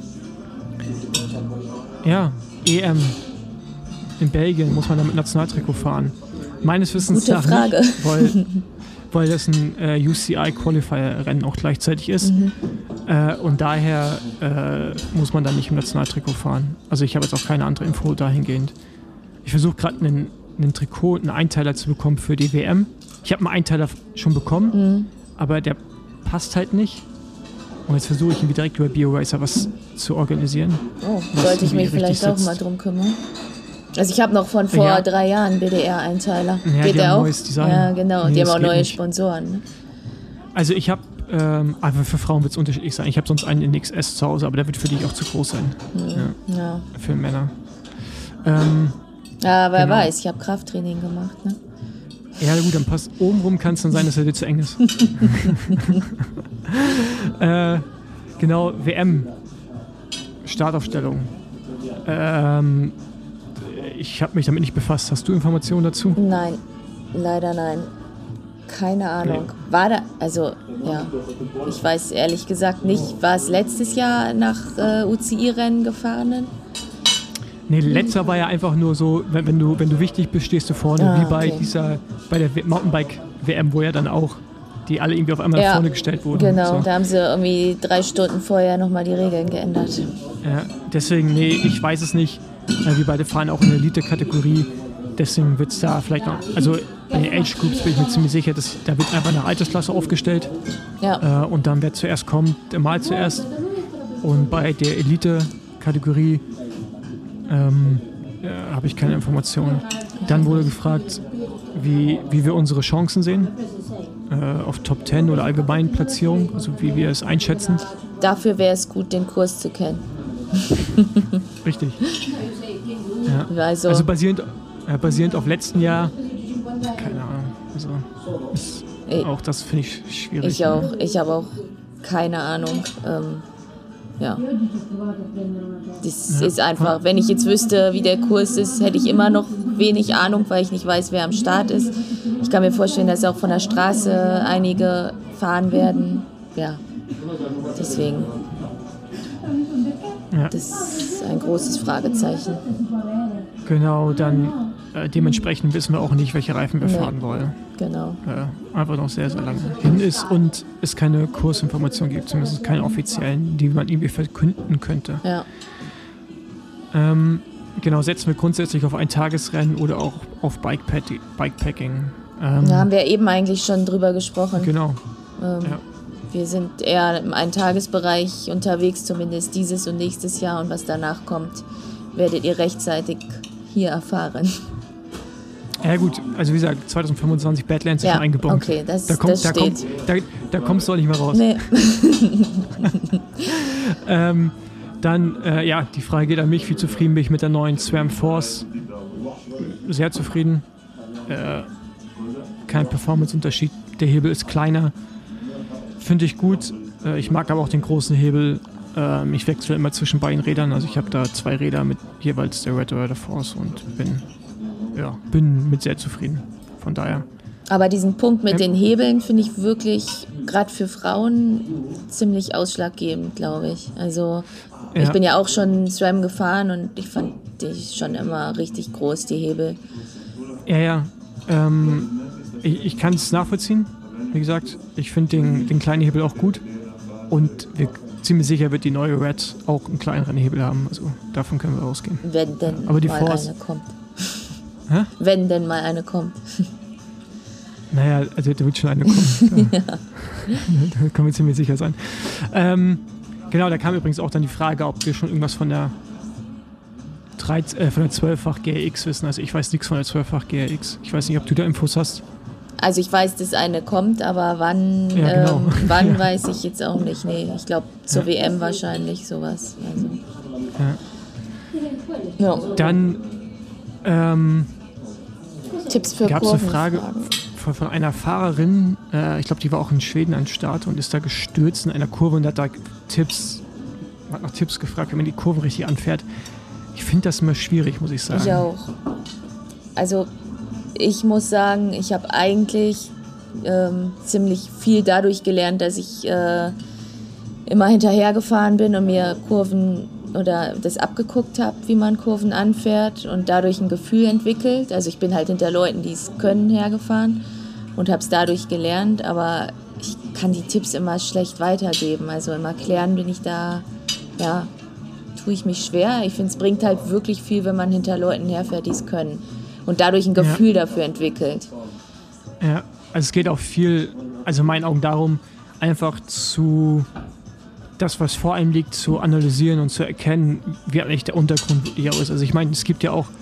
Ja, E M. In Belgien muss man da mit Nationaltrikot fahren. Meines Wissens Gute nach Frage. nicht, weil, weil das ein äh, U C I-Qualifier-Rennen auch gleichzeitig ist. Mhm. Äh, und daher äh, muss man dann nicht im Nationaltrikot fahren. Also ich habe jetzt auch keine andere Info dahingehend. Ich versuche gerade einen, einen Trikot, einen Einteiler zu bekommen für die W M. Ich habe einen Einteiler schon bekommen, mhm. aber der passt halt nicht. Und jetzt versuche ich irgendwie direkt über BioRacer was zu organisieren. Oh, sollte ich mich vielleicht auch mal drum kümmern. Also ich habe noch von vor ja. drei Jahren B D R-Einteiler. Ja, Geht die der haben auch? Neues Design. Ja, genau. Nee, die haben auch neue nicht. Sponsoren. Ne? Also ich habe, ähm, einfach für Frauen wird es unterschiedlich sein. Ich habe sonst einen in X S zu Hause, aber der wird für dich auch zu groß sein. Mhm. Ja. Ja. Für Männer. Ähm, ja, wer genau. weiß, ich habe Krafttraining gemacht. Ne? Ja gut, dann passt obenrum, kann es dann sein, dass er dir zu eng ist. äh, genau, W M. Startaufstellung. Ähm, ich habe mich damit nicht befasst. Hast du Informationen dazu? Nein, leider nein. Keine Ahnung. War da, also, ja, ich weiß ehrlich gesagt nicht, war es letztes Jahr nach äh, U C I-Rennen gefahren? Nee, letzter war ja einfach nur so, wenn, wenn, du, wenn du wichtig bist, stehst du vorne, ah, wie bei okay. dieser, bei der Mountainbike-W M, wo ja dann auch die alle irgendwie auf einmal ja, vorne gestellt wurden. Genau, so. Da haben sie irgendwie drei Stunden vorher nochmal die Regeln geändert. Ja, deswegen, nee, ich weiß es nicht. Wir beide fahren auch in der Elite-Kategorie. Deswegen wird es da vielleicht noch, also bei den Age Groups bin ich mir ziemlich sicher, dass da wird einfach eine Altersklasse aufgestellt. Ja. Äh, und dann wer zuerst kommt, der mal zuerst. Und bei der Elite-Kategorie ähm, äh, habe ich keine Informationen. Dann wurde gefragt, wie, wie wir unsere Chancen sehen. Äh, auf Top zehn oder allgemeinen Platzierung, also wie wir es einschätzen. Dafür wäre es gut, den Kurs zu kennen. Richtig. Ja. Also, also basierend, äh, basierend auf letzten Jahr, keine Ahnung. Also ist, ich, auch das finde ich schwierig. Ich auch. Ich habe auch keine Ahnung. Ähm, ja. Das ja. ist einfach, wenn ich jetzt wüsste, wie der Kurs ist, hätte ich immer noch wenig Ahnung, weil ich nicht weiß, wer am Start ist. Ich kann mir vorstellen, dass auch von der Straße einige fahren werden. Ja, deswegen. Ja. Das ist ein großes Fragezeichen. Genau, dann äh, dementsprechend wissen wir auch nicht, welche Reifen wir nee. fahren wollen. Genau. Äh, einfach noch sehr, sehr lange hin ist und es keine Kursinformation gibt, zumindest keine offiziellen, die man irgendwie verkünden könnte. Ja. Ähm, genau, setzen wir grundsätzlich auf ein Tagesrennen oder auch auf Bikepack- Bikepacking. Ähm, da haben wir eben eigentlich schon drüber gesprochen. Genau. Ähm, ja. Wir sind eher im Eintagesbereich unterwegs, zumindest dieses und nächstes Jahr. Und was danach kommt, werdet ihr rechtzeitig hier erfahren. Ja gut, also wie gesagt, zwanzig fünfundzwanzig Badlands ja, ist schon eingebombt. Okay, das, da kommt, das da steht. Kommt, da, da kommst du auch nicht mehr raus. Nee. ähm, dann, äh, ja, die Frage geht an mich, wie zufrieden bin ich mit der neuen SRAM Force? Sehr zufrieden. Äh, kein Performance-Unterschied. Der Hebel ist kleiner. Finde ich gut. Äh, ich mag aber auch den großen Hebel. Äh, ich wechsle immer zwischen beiden Rädern. Also ich habe da zwei Räder mit jeweils der Red oder der Force und bin, ja, bin mit sehr zufrieden. Von daher. Aber diesen Punkt mit ähm, den Hebeln finde ich wirklich, gerade für Frauen, ziemlich ausschlaggebend, glaube ich. Also ja. Ich bin ja auch schon SRAM gefahren und ich fand die schon immer richtig groß, die Hebel. Ja, ja. Ähm, ich ich kann es nachvollziehen. Wie gesagt, ich finde den, den kleinen Hebel auch gut und wir, ziemlich sicher wird die neue Red auch einen kleineren Hebel haben. Also davon können wir ausgehen. Wenn denn Aber die mal Force, eine kommt. Hä? Wenn denn mal eine kommt. Naja, also da wird schon eine kommen. Ja. Da können wir ziemlich sicher sein. Ähm, genau, da kam übrigens auch dann die Frage, ob wir schon irgendwas von der dreizehn, äh, von der zwölffach G R X wissen. Also ich weiß nichts von der zwölffach G R X. Ich weiß nicht, ob du da Infos hast. Also ich weiß, dass eine kommt, aber wann, ja, genau. ähm, wann ja. weiß ich jetzt auch nicht. Nee, ich glaube zur ja. W M wahrscheinlich sowas. Also. Ja. Ja. Dann ähm, Tipps für gab es eine Frage von, von einer Fahrerin, äh, ich glaube, die war auch in Schweden an Start und ist da gestürzt in einer Kurve und hat da Tipps, hat nach Tipps gefragt, wie man die Kurven richtig anfährt. Ich finde das immer schwierig, muss ich sagen. Ich auch. Also ich muss sagen, ich habe eigentlich ähm, ziemlich viel dadurch gelernt, dass ich äh, immer hinterhergefahren bin und mir Kurven oder das abgeguckt habe, wie man Kurven anfährt und dadurch ein Gefühl entwickelt. Also ich bin halt hinter Leuten, die es können, hergefahren und habe es dadurch gelernt, aber ich kann die Tipps immer schlecht weitergeben. Also im Erklären bin ich da, ja, tue ich mich schwer. Ich finde, es bringt halt wirklich viel, wenn man hinter Leuten herfährt, die es können. Und dadurch ein Gefühl ja. dafür entwickelt. Ja, also es geht auch viel, also in meinen Augen darum, einfach zu, das, was vor einem liegt, zu analysieren und zu erkennen, wie eigentlich der Untergrund wirklich auch ist. Also ich meine, es gibt ja auch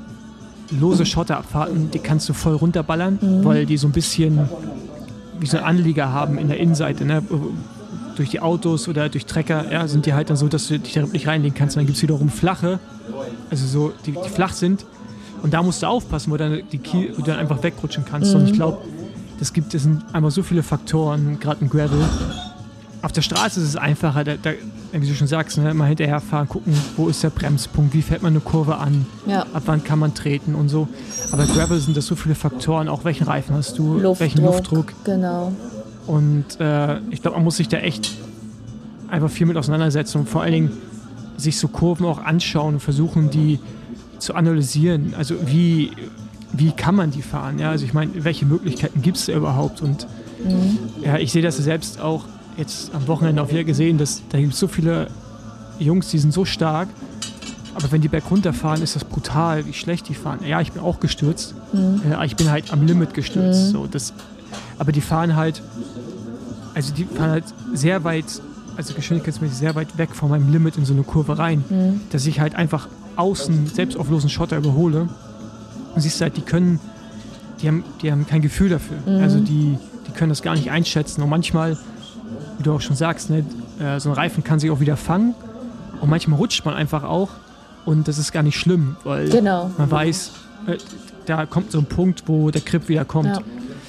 lose Schotterabfahrten, die kannst du voll runterballern, mhm. weil die so ein bisschen wie so einen Anlieger haben in der Innenseite, ne? Durch die Autos oder durch Trecker, ja, sind die halt dann so, dass du dich da nicht reinlegen kannst. Und dann gibt es wiederum flache, also so, die, die flach sind. Und da musst du aufpassen, wo, dann die Kiel, wo du dann einfach wegrutschen kannst. Mhm. Und ich glaube, das gibt es sind einfach so viele Faktoren, gerade im Gravel. Auf der Straße ist es einfacher, da, da, wie du schon sagst, ne, mal hinterherfahren, gucken, wo ist der Bremspunkt, wie fährt man eine Kurve an, ja. ab wann kann man treten und so. Aber Gravel sind das so viele Faktoren, auch welchen Reifen hast du, Luftdruck, welchen Luftdruck. Genau. Und äh, ich glaube, man muss sich da echt einfach viel mit auseinandersetzen und vor allen Dingen sich so Kurven auch anschauen und versuchen, die zu analysieren. Also wie, wie kann man die fahren? Ja? Also ich meine, welche Möglichkeiten gibt es da überhaupt? Und mhm. ja, ich sehe das selbst auch jetzt am Wochenende auch wieder gesehen, dass da gibt es so viele Jungs, die sind so stark, aber wenn die bergunter fahren, ist das brutal, wie schlecht die fahren. Ja, ich bin auch gestürzt, mhm. ja, ich bin halt am Limit gestürzt. Mhm. So, das, aber die fahren halt, also die fahren halt sehr weit, also geschwindigkeitsmäßig sehr weit weg von meinem Limit in so eine Kurve rein, mhm. dass ich halt einfach außen, selbst auf losen Schotter überhole. Und siehst halt, die können, die haben, die haben kein Gefühl dafür. Mhm. Also die, die können das gar nicht einschätzen. Und manchmal, wie du auch schon sagst, ne, äh, so ein Reifen kann sich auch wieder fangen. Und manchmal rutscht man einfach auch. Und das ist gar nicht schlimm, weil genau. man weiß, äh, da kommt so ein Punkt, wo der Grip wieder kommt. Ja,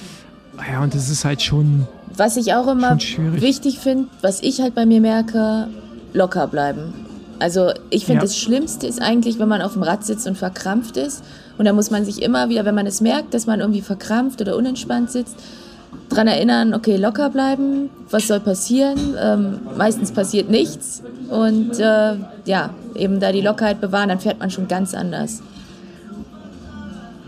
ja und das ist halt schon was ich auch immer wichtig finde, was ich halt bei mir merke, locker bleiben. Also ich finde, ja. das Schlimmste ist eigentlich, wenn man auf dem Rad sitzt und verkrampft ist. Und da muss man sich immer wieder, wenn man es merkt, dass man irgendwie verkrampft oder unentspannt sitzt, daran erinnern, okay, locker bleiben, was soll passieren? Ähm, meistens passiert nichts. Und äh, ja, eben da die Lockerheit bewahren, dann fährt man schon ganz anders.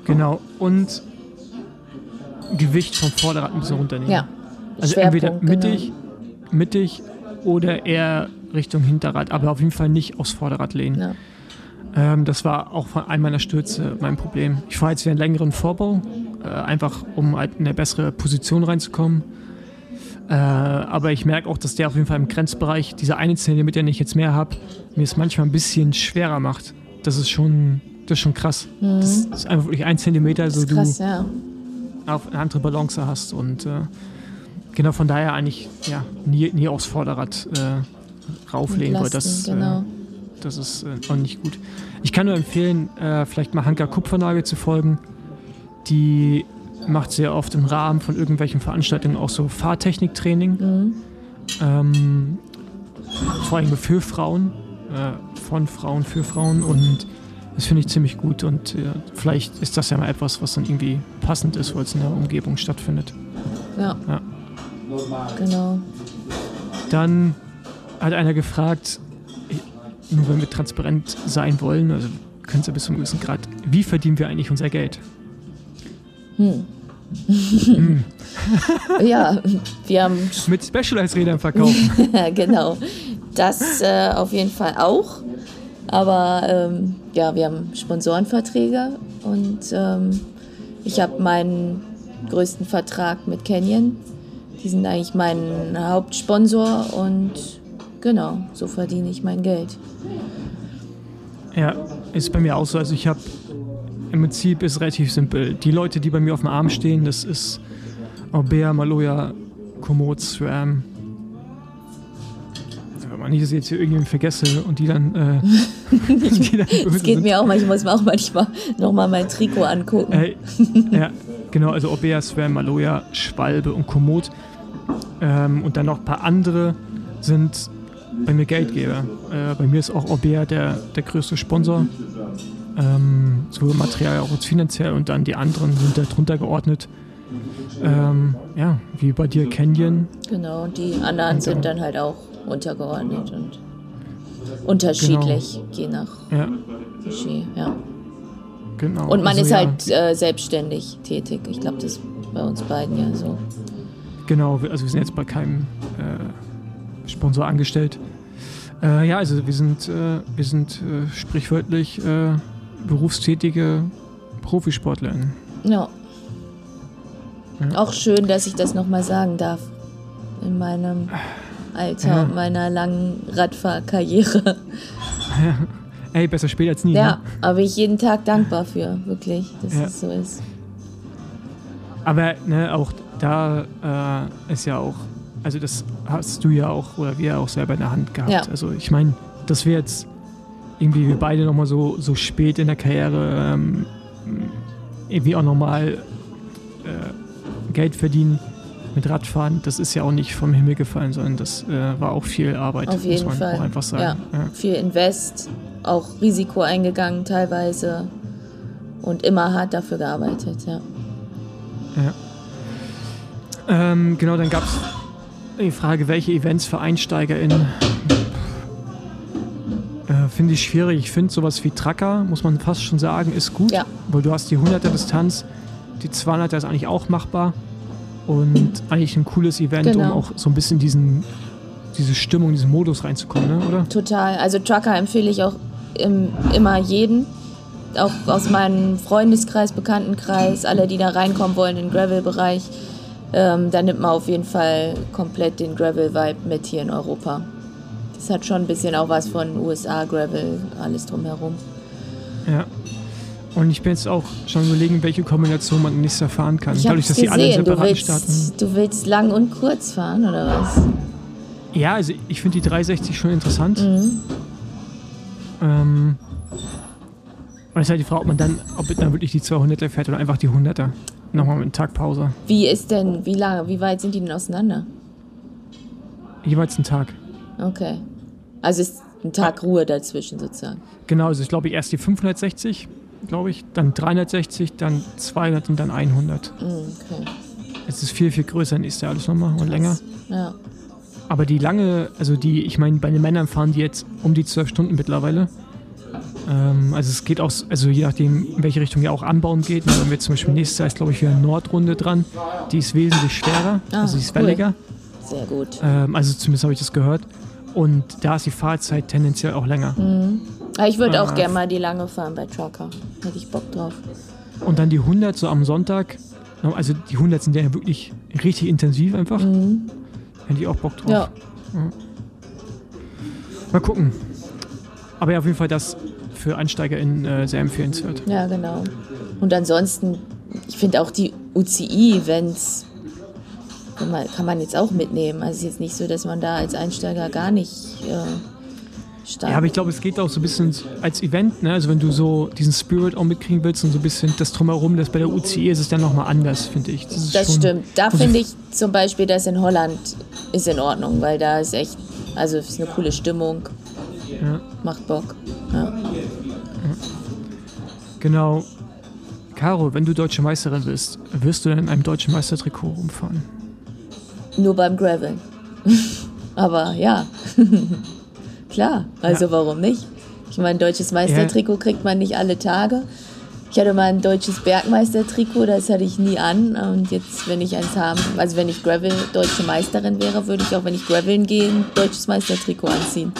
Genau. Und Gewicht vom Vorderrad ein bisschen runternehmen. Ja. Also entweder mittig, genau. mittig oder eher Richtung Hinterrad, aber auf jeden Fall nicht aufs Vorderrad lehnen. Ja. Ähm, das war auch von einem meiner Stürze mein Problem. Ich fahre jetzt wieder einen längeren Vorbau, äh, einfach um halt in eine bessere Position reinzukommen. Äh, aber ich merke auch, dass der auf jeden Fall im Grenzbereich, dieser eine Zentimeter, den ich jetzt mehr habe, mir es manchmal ein bisschen schwerer macht. Das ist schon, das ist schon krass. Mhm. Das ist einfach wirklich ein Zentimeter, so du krass, ja. auf eine andere Balance hast. Und äh, genau von daher eigentlich ja, nie, nie aufs Vorderrad äh, rauflegen, weil das, genau. äh, das ist äh, auch nicht gut. Ich kann nur empfehlen, äh, vielleicht mal Hanka Kupfernagel zu folgen. Die macht sehr oft im Rahmen von irgendwelchen Veranstaltungen auch so Fahrtechniktraining. Mhm. Ähm, vor allem für Frauen, äh, von Frauen für Frauen, und das finde ich ziemlich gut, und äh, vielleicht ist das ja mal etwas, was dann irgendwie passend ist, weil es in der Umgebung stattfindet. Ja. ja. Genau. Dann hat einer gefragt, nur wenn wir transparent sein wollen, also können Sie bis zu einem gewissen Grad, wie verdienen wir eigentlich unser Geld? Hm. hm. Ja, wir haben... Mit Specialized-Rädern verkaufen. Genau, das äh, auf jeden Fall auch. Aber ähm, ja, wir haben Sponsorenverträge, und ähm, ich habe meinen größten Vertrag mit Canyon. Die sind eigentlich mein Hauptsponsor, und genau, so verdiene ich mein Geld. Ja, ist bei mir auch so. Also ich habe, im Prinzip ist es relativ simpel. Die Leute, die bei mir auf dem Arm stehen, das ist Orbea, Maloja, Komoot, SRAM. Wenn man nicht, dass ich jetzt hier irgendjemanden vergesse und die dann, äh, die dann böse Das geht sind. mir auch manchmal, ich muss mir auch manchmal nochmal mein Trikot angucken. Äh, ja, genau, also Orbea, SRAM, Maloja, Schwalbe und Komoot. Ähm, und dann noch ein paar andere sind bei mir Geldgeber. Äh, bei mir ist auch Orbea der, der größte Sponsor. Ähm, sowohl Material als auch finanziell, und dann die anderen sind da drunter geordnet. Ähm, ja, wie bei dir Canyon. Genau, und die anderen und, sind dann halt auch untergeordnet und unterschiedlich, genau. Je nach ja. Budget, ja. Genau. Und man also, ist ja. halt äh, selbstständig tätig. Ich glaube, das ist bei uns beiden ja so. Genau, also wir sind jetzt bei keinem äh, Sponsor angestellt. Äh, ja, also wir sind, äh, wir sind äh, sprichwörtlich äh, berufstätige Profisportlerinnen. Ja. ja. Auch schön, dass ich das nochmal sagen darf. In meinem Alter, ja. meiner langen Radfahrkarriere. Ja. Ey, besser spät als nie. Ja, ne? aber ich jeden Tag dankbar für, wirklich, dass ja. es so ist. Aber ne, auch da äh, ist ja auch, also das hast du ja auch, oder wir auch selber in der Hand gehabt. Ja. Also ich meine, dass wir jetzt irgendwie wir beide nochmal so, so spät in der Karriere ähm, irgendwie auch nochmal äh, Geld verdienen mit Radfahren, das ist ja auch nicht vom Himmel gefallen, sondern das äh, war auch viel Arbeit, auf jeden muss man Fall. auch einfach sagen. Ja. Ja. Viel Invest, auch Risiko eingegangen teilweise und immer hart dafür gearbeitet, ja. Ja. Ähm, genau, dann gab es die Frage, welche Events für EinsteigerInnen äh, finde ich schwierig. Ich finde sowas wie Tracker, muss man fast schon sagen, ist gut, ja. weil du hast die hunderter Distanz, die zweihunderter ist eigentlich auch machbar und eigentlich ein cooles Event, genau. um auch so ein bisschen diesen, diese Stimmung, diesen Modus reinzukommen, ne? Oder? Total, also Trucker empfehle ich auch im, immer jeden, auch aus meinem Freundeskreis, Bekanntenkreis, alle, die da reinkommen wollen in den Gravel-Bereich. Ähm, da nimmt man auf jeden Fall komplett den Gravel-Vibe mit hier in Europa. Das hat schon ein bisschen auch was von U S A-Gravel, alles drumherum. Ja. Und ich bin jetzt auch schon überlegen, welche Kombination man nächstes Jahr fahren kann. Ich Dadurch, dass gesehen, die alle separat du willst, starten. Du willst lang und kurz fahren, oder was? Ja, also ich finde die dreihundertsechzig schon interessant. Mhm. Ähm, und es ist halt die Frage, ob man dann, ob dann wirklich die zweihunderter fährt oder einfach die hunderter. Nochmal mit einem Tag Pause. Wie ist denn, wie lange, wie weit sind die denn auseinander? Jeweils einen Tag. Okay. Also ist ein Tag Ruhe dazwischen sozusagen. Genau, also ich glaube erst die fünfhundertsechzig, glaube ich, dann dreihundertsechzig, dann zweihundert und dann hundert. Okay. Es ist viel, viel größer, dann ist ja alles nochmal und länger. Ja. Aber die lange, also die, ich meine, bei den Männern fahren die jetzt um die zwölf Stunden mittlerweile. Ähm, also es geht auch, also je nachdem, in welche Richtung ja auch Anbauen geht. Wenn wir zum Beispiel nächstes Jahr ist, glaube ich, wieder eine Nordrunde dran. Die ist wesentlich schwerer, Ah, also die ist cool. welliger. Sehr gut. Ähm, also zumindest habe ich das gehört. Und da ist die Fahrzeit tendenziell auch länger. Mhm. Aber ich würde auch Äh, gerne mal die lange fahren bei Trucker. Hätte ich Bock drauf. Und dann die hundert so am Sonntag. Also die hundert sind ja wirklich richtig intensiv einfach. Mhm. Hätte ich auch Bock drauf. Ja. Mal gucken. Aber ja, auf jeden Fall das für EinsteigerInnen äh, sehr empfehlenswert. Ja, genau. Und ansonsten, ich finde auch die U C I-Events kann man, kann man jetzt auch mitnehmen. Also es ist jetzt nicht so, dass man da als Einsteiger gar nicht äh, startet. Ja, aber ich glaube, es geht auch so ein bisschen als Event, ne? Also wenn du so diesen Spirit auch mitkriegen willst und so ein bisschen das Drumherum, das bei der U C I ist es dann nochmal anders, finde ich. Das, ist Das schon, stimmt. Da also finde ich zum Beispiel, das in Holland ist in Ordnung, weil da ist echt, also es ist eine coole Stimmung, Ja, macht Bock. Ja. genau. Caro, wenn du Deutsche Meisterin bist, wirst du dann in einem Deutschen Meistertrikot rumfahren? Nur beim Graveln. Aber ja, klar, also Ja. warum nicht? Ich meine, ein deutsches Meistertrikot kriegt man nicht alle Tage. Ich hatte mal ein deutsches Bergmeistertrikot, das hatte ich nie an. Und jetzt, wenn ich eins haben, also wenn ich Gravel deutsche Meisterin wäre, würde ich auch, wenn ich Graveln gehe, ein deutsches Meistertrikot anziehen.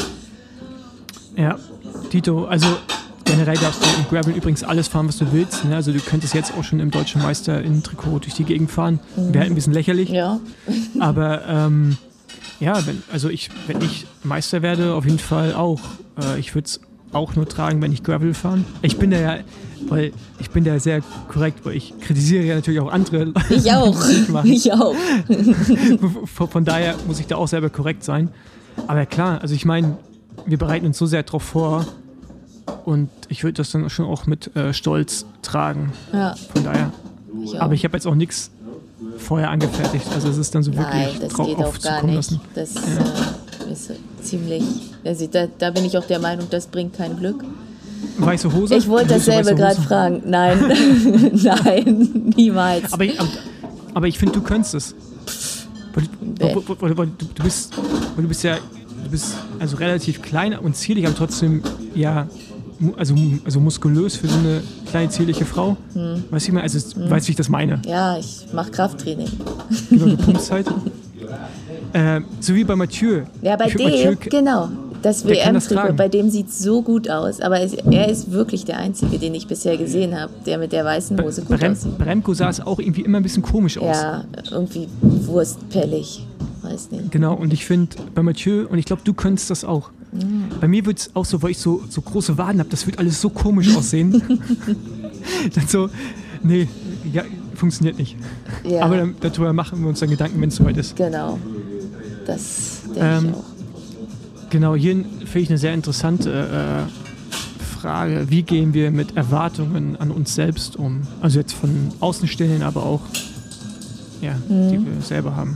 Ja, Tito, also generell darfst du im Gravel übrigens alles fahren, was du willst. Ne? Also du könntest jetzt auch schon im Deutschen Meister in Trikot durch die Gegend fahren. Mhm. Wäre ein bisschen lächerlich. Ja, Aber ähm, ja, wenn, also ich, wenn ich Meister werde, auf jeden Fall auch. Äh, ich würde es auch nur tragen, wenn ich Gravel fahren. Ich bin da ja, weil ich bin da sehr korrekt, weil ich kritisiere ja natürlich auch andere. ich auch. machen. Ich auch. Von, von daher muss ich da auch selber korrekt sein. Aber klar, also ich meine, wir bereiten uns so sehr darauf vor und ich würde das dann schon auch mit äh, Stolz tragen. Ja, Von daher. ich auch. Aber ich habe jetzt auch nichts vorher angefertigt. Also es ist dann so wirklich Nein, das drauf geht auch gar aufzukommen nicht. lassen. Das äh, ist ziemlich, also da, da bin ich auch der Meinung, das bringt kein Glück. Weiße Hose? Ich wollte Willst du dasselbe weiße gerade Hose? fragen. Nein, nein, niemals. Aber ich, aber, aber ich finde, du könntest es. Weil, Bäh. weil, weil, weil, du, du bist, weil du bist ja, du bist also relativ klein und zierlich, aber trotzdem ja, mu- also, also muskulös für so eine kleine zierliche Frau. Hm. Weißt du, ich meine, also hm. weißt, wie ich das meine? Ja, ich mache Krafttraining. Genau, du pumpst halt. Äh, so wie bei Mathieu. Ja, bei Ich find, dem, Mathieu- genau, das der kann das W M-Trikot, tragen. bei dem sieht es so gut aus. Aber es, er ist wirklich der Einzige, den ich bisher gesehen habe, der mit der weißen Bei, Hose bei, gut Rem, aussieht. bei Remco sah es auch irgendwie immer ein bisschen komisch aus. Ja, irgendwie wurstpellig. Weiß nicht. Genau, und ich finde bei Mathieu, und ich glaube, du könntest das auch. Mhm. Bei mir wird es auch so, weil ich so, so große Waden habe, das wird alles so komisch aussehen. Dann so, nee, ja, funktioniert nicht. Ja, Aber dann, darüber machen wir uns dann Gedanken, wenn es soweit ist. genau. Das denke Ähm, ich auch. Genau, hier finde ich eine sehr interessante äh, Frage. Wie gehen wir mit Erwartungen an uns selbst um? Also jetzt von Außenstehenden, aber auch, ja, die Mhm. wir selber haben.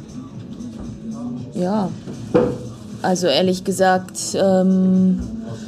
Ja, also ehrlich gesagt, ähm,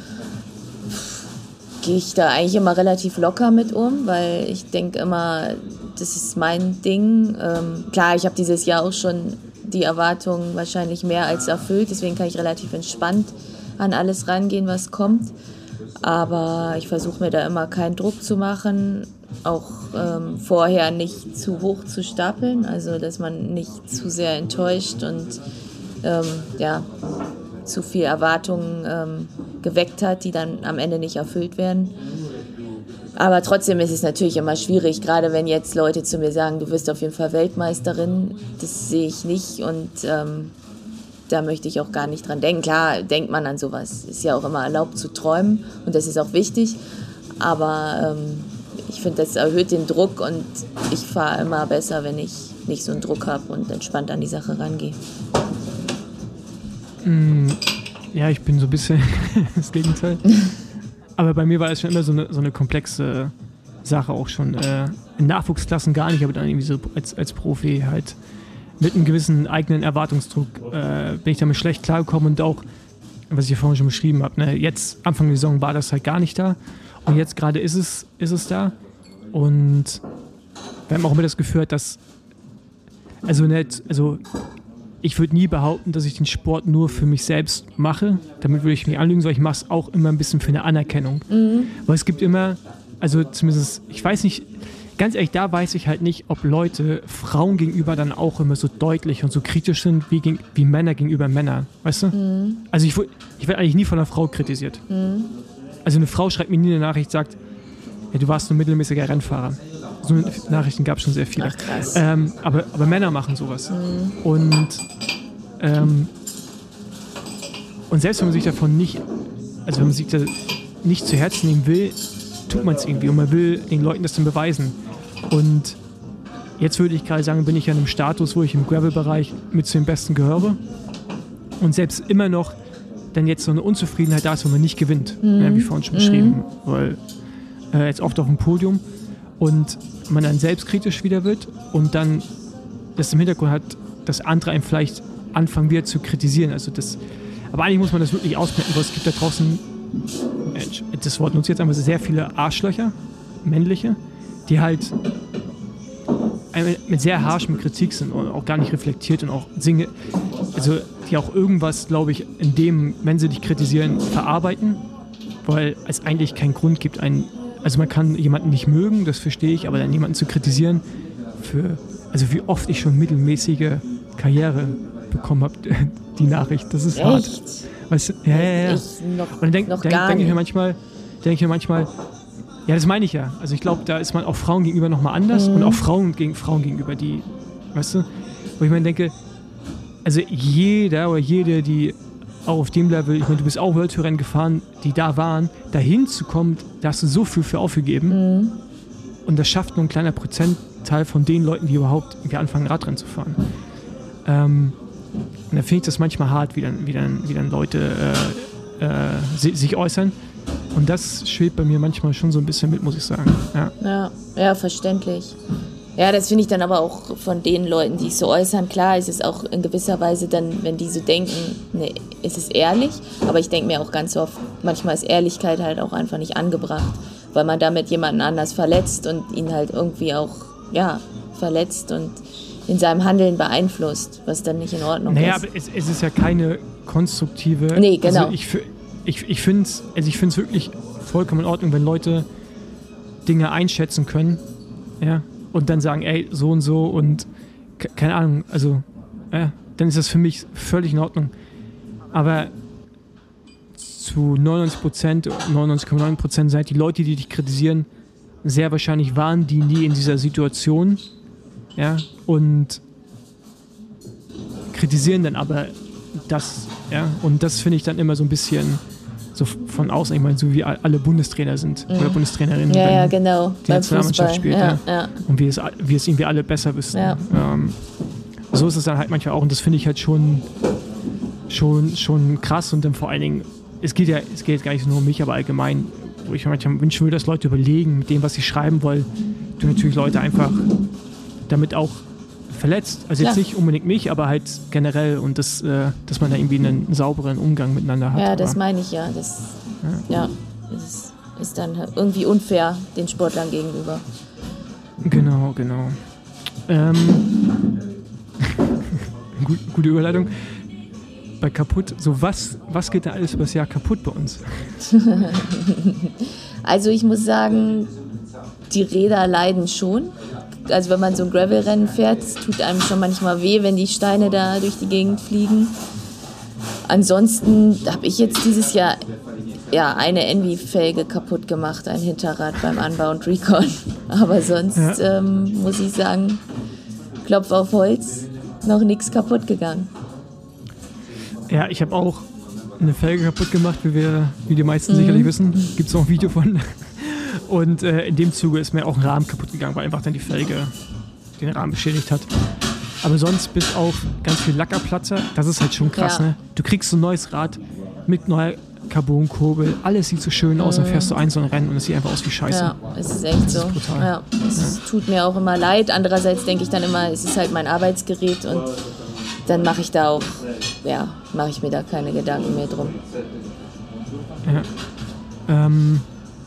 gehe ich da eigentlich immer relativ locker mit um, weil ich denke immer, das ist mein Ding. Ähm, klar, ich habe dieses Jahr auch schon die Erwartungen wahrscheinlich mehr als erfüllt, deswegen kann ich relativ entspannt an alles rangehen, was kommt. Aber ich versuche mir da immer keinen Druck zu machen, auch ähm, vorher nicht zu hoch zu stapeln, also dass man nicht zu sehr enttäuscht und ähm, ja, zu viel Erwartungen ähm, geweckt hat, die dann am Ende nicht erfüllt werden. Aber trotzdem ist es natürlich immer schwierig, gerade wenn jetzt Leute zu mir sagen, du wirst auf jeden Fall Weltmeisterin, das sehe ich nicht und ähm, da möchte ich auch gar nicht dran denken. Klar, denkt man an sowas, ist ja auch immer erlaubt zu träumen und das ist auch wichtig, aber ähm, ich finde, das erhöht den Druck und ich fahre immer besser, wenn ich nicht so einen Druck habe und entspannt an die Sache rangehe. Mm, ja, ich bin so ein bisschen das Gegenteil. Aber bei mir war es schon immer so eine, so eine komplexe Sache auch schon. Äh, in Nachwuchsklassen gar nicht, aber dann irgendwie so als, als Profi halt mit einem gewissen eigenen Erwartungsdruck äh, bin ich damit schlecht klargekommen und auch, was ich ja vorhin schon beschrieben habe, ne, jetzt Anfang der Saison war das halt gar nicht da und jetzt gerade ist es, ist es da und wir haben auch immer das Gefühl, dass also nicht, also ich würde nie behaupten, dass ich den Sport nur für mich selbst mache. Damit würde ich mich anlügen, sondern ich mache es auch immer ein bisschen für eine Anerkennung. Mhm. Weil es gibt immer, also zumindest, ich weiß nicht, ganz ehrlich, da weiß ich halt nicht, ob Leute Frauen gegenüber dann auch immer so deutlich und so kritisch sind wie, gegen, wie Männer gegenüber Männern, weißt du? Mhm. Also ich, ich werde eigentlich nie von einer Frau kritisiert. Mhm. Also eine Frau schreibt mir nie eine Nachricht, sagt, ja, du warst nur mittelmäßiger Rennfahrer. So Nachrichten gab es schon sehr viele. Ach, krass. Ähm, aber, aber Männer machen sowas. Mhm. Und, ähm, und selbst wenn man sich davon nicht, also wenn man sich da nicht zu Herzen nehmen will, tut man es irgendwie und man will den Leuten das dann beweisen. Und jetzt würde ich gerade sagen, bin ich an einem Status, wo ich im Gravel-Bereich mit zu den Besten gehöre. Und selbst immer noch dann jetzt so eine Unzufriedenheit da ist, wenn man nicht gewinnt. Mhm. Ja, wie vorhin schon beschrieben. Mhm. Weil äh, jetzt oft auf dem Podium und man dann selbstkritisch wieder wird und dann das im Hintergrund hat, dass andere einen vielleicht anfangen wieder zu kritisieren. Also das, aber eigentlich muss man das wirklich ausblenden, weil es gibt da draußen, das Wort nutze ich jetzt einmal, sehr viele Arschlöcher, männliche, die halt mit sehr harschem Kritik sind und auch gar nicht reflektiert und auch Dinge, also die auch irgendwas, glaube ich, in dem, wenn sie dich kritisieren, verarbeiten, weil es eigentlich keinen Grund gibt, einen, also man kann jemanden nicht mögen, das verstehe ich, aber dann jemanden zu kritisieren für, also wie oft ich schon mittelmäßige Karriere bekommen habe, die Nachricht, das ist Echt? hart. Weißt du? Ja, ja, ja. Noch, und dann denke noch denk, gar denk ich mir nicht. manchmal, denke ich mir manchmal, ja, das meine ich ja. Also ich glaube, da ist man auch Frauen gegenüber nochmal anders mhm. und auch Frauen gegen Frauen gegenüber, die, weißt du, wo ich mir denke, also jeder oder jede, die auch auf dem Level, ich meine, du bist auch World Tour Rennen gefahren, die da waren, dahin zu kommen, da hast du so viel für aufgegeben mhm. und das schafft nur ein kleiner Prozentteil von den Leuten, die überhaupt irgendwie anfangen, Radrennen zu fahren. Ähm, und da finde ich das manchmal hart, wie dann, wie dann, wie dann Leute äh, äh, si- sich äußern. Und das schwebt bei mir manchmal schon so ein bisschen mit, muss ich sagen. Ja, ja, ja, verständlich. Ja, das finde ich dann aber auch von den Leuten, die sich so äußern. Klar ist es auch in gewisser Weise dann, wenn die so denken, ne, ist es ehrlich. Aber ich denke mir auch ganz oft, manchmal ist Ehrlichkeit halt auch einfach nicht angebracht, weil man damit jemanden anders verletzt und ihn halt irgendwie auch, ja, verletzt und in seinem Handeln beeinflusst, was dann nicht in Ordnung naja, ist. Naja, aber es, es ist ja keine konstruktive... Nee, genau. Also ich, ich, ich finde es also ich find's wirklich vollkommen in Ordnung, wenn Leute Dinge einschätzen können, ja, und dann sagen, ey, so und so und keine Ahnung, also ja, dann ist das für mich völlig in Ordnung. Aber zu neunundneunzig Prozent, neunundneunzig Komma neun Prozent seid die Leute, die dich kritisieren, sehr wahrscheinlich waren die nie in dieser Situation, ja, und kritisieren dann aber das, ja, und das finde ich dann immer so ein bisschen so von außen, ich meine, so wie alle Bundestrainer sind, mhm. oder Bundestrainerinnen, ja, wenn ja, genau. die Nationalmannschaft spielt, ja, ja. Ja. Und wir es, wir es irgendwie alle besser wissen. Ja. Ähm, so ist es dann halt manchmal auch, und das finde ich halt schon, schon, schon krass, und dann vor allen Dingen, es geht ja, es geht jetzt gar nicht nur um mich, aber allgemein, wo ich mir manchmal wünschen würde, dass Leute überlegen mit dem, was sie schreiben, weil du natürlich Leute einfach damit auch verletzt. Also Klar. jetzt nicht unbedingt mich, aber halt generell, und das, äh, dass man da irgendwie einen, einen sauberen Umgang miteinander hat. Ja, das aber, meine ich ja. Das, ja. ja, das ist, ist dann irgendwie unfair den Sportlern gegenüber. Genau, genau. Ähm, gut, gute Überleitung. Bei kaputt, so was, was geht da alles über das Jahr kaputt bei uns? Also ich muss sagen, die Räder leiden schon. Also wenn man so ein Gravel-Rennen fährt, es tut einem schon manchmal weh, wenn die Steine da durch die Gegend fliegen. Ansonsten habe ich jetzt dieses Jahr ja, eine Envy-Felge kaputt gemacht, ein Hinterrad beim Unbound Recon. Aber sonst ja. ähm, muss ich sagen, Klopf auf Holz, noch nichts kaputt gegangen. Ja, ich habe auch eine Felge kaputt gemacht, wie wir, wie die meisten mhm. sicherlich wissen. Gibt es auch ein Video von. Und äh, in dem Zuge ist mir auch ein Rahmen kaputt gegangen, weil einfach dann die Felge den Rahmen beschädigt hat. Aber sonst bis auf ganz viel Lackerplatzer, das ist halt schon krass, ja. ne? Du kriegst so ein neues Rad mit neuer Carbonkurbel, alles sieht so schön aus, mhm. dann fährst du ein so ein Rennen und es sieht einfach aus wie Scheiße. Ja, es ist echt das so. Ist brutal. Ja, es ja. tut mir auch immer leid. Andererseits denke ich dann immer, es ist halt mein Arbeitsgerät und dann mache ich da auch, ja, mache ich mir da keine Gedanken mehr drum. Ja. Ähm,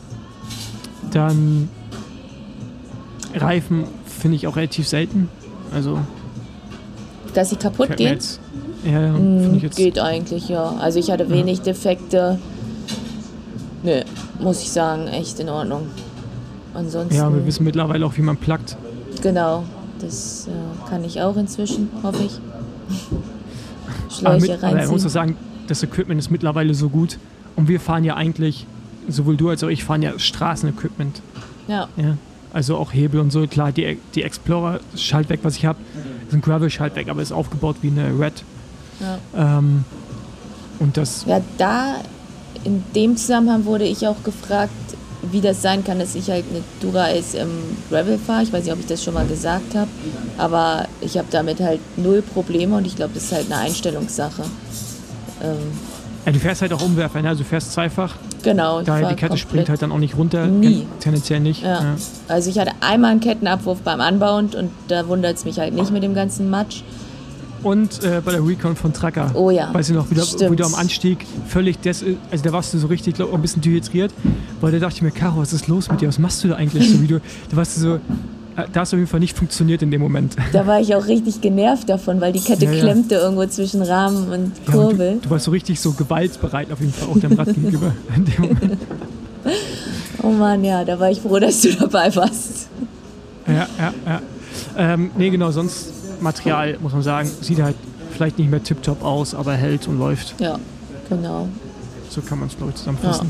dann Reifen finde ich auch relativ selten. Also dass sie kaputt Fällt mir gehen? jetzt, ja, ja, Mm, finde ich jetzt. geht eigentlich, ja. Also ich hatte wenig ja. Defekte. Nö, muss ich sagen, echt in Ordnung. Ansonsten. Ja, wir wissen mittlerweile auch, wie man pluggt. Genau, das äh, kann ich auch inzwischen, hoffe ich. Aber, Schläuche mit, aber reinziehen. ich muss auch sagen, das Equipment ist mittlerweile so gut. Und wir fahren ja eigentlich, sowohl du als auch ich, fahren ja Straßenequipment. Ja. Ja. Also auch Hebel und so. Klar, die, die Explorer-Schaltwerk, was ich habe, ist ein Gravel-Schaltwerk, aber ist aufgebaut wie eine Red. Ja. Ähm, und das. Ja, da in dem Zusammenhang wurde ich auch gefragt, wie das sein kann, dass ich halt eine Dura-Ace im Gravel fahre. Ich weiß nicht, ob ich das schon mal gesagt habe, aber ich habe damit halt null Probleme und ich glaube, das ist halt eine Einstellungssache. Ähm, ja, du fährst halt auch Umwerfer, ne? Also du fährst zweifach. Genau. Daher die Kette springt halt dann auch nicht runter. Nie. Tendenziell nicht. Ja. Ja. Also ich hatte einmal einen Kettenabwurf beim Anbauen und da wundert es mich halt nicht mit dem ganzen Matsch. Und äh, bei der Recon von Tracker. Oh ja. Weißt du noch, wieder, Stimmt. wieder am Anstieg völlig des, also da warst du so richtig, glaub, ein bisschen dehydriert, weil da dachte ich mir, Caro, was ist los mit dir? Was machst du da eigentlich? So wie du, da warst du so, da hast du auf jeden Fall nicht funktioniert in dem Moment. Da war ich auch richtig genervt davon, weil die Kette ja, ja. klemmte irgendwo zwischen Rahmen und Ja, Kurbel. und du, du warst so richtig so gewaltbereit auf jeden Fall auch dem Rad gegenüber in dem Moment. Oh Mann, ja, da war ich froh, dass du dabei warst. Ja, ja, ja. Ähm, nee, genau, sonst Material, muss man sagen, sieht halt vielleicht nicht mehr tipptopp aus, aber hält und läuft. Ja, genau. So kann man es, glaube ich, zusammenfassen.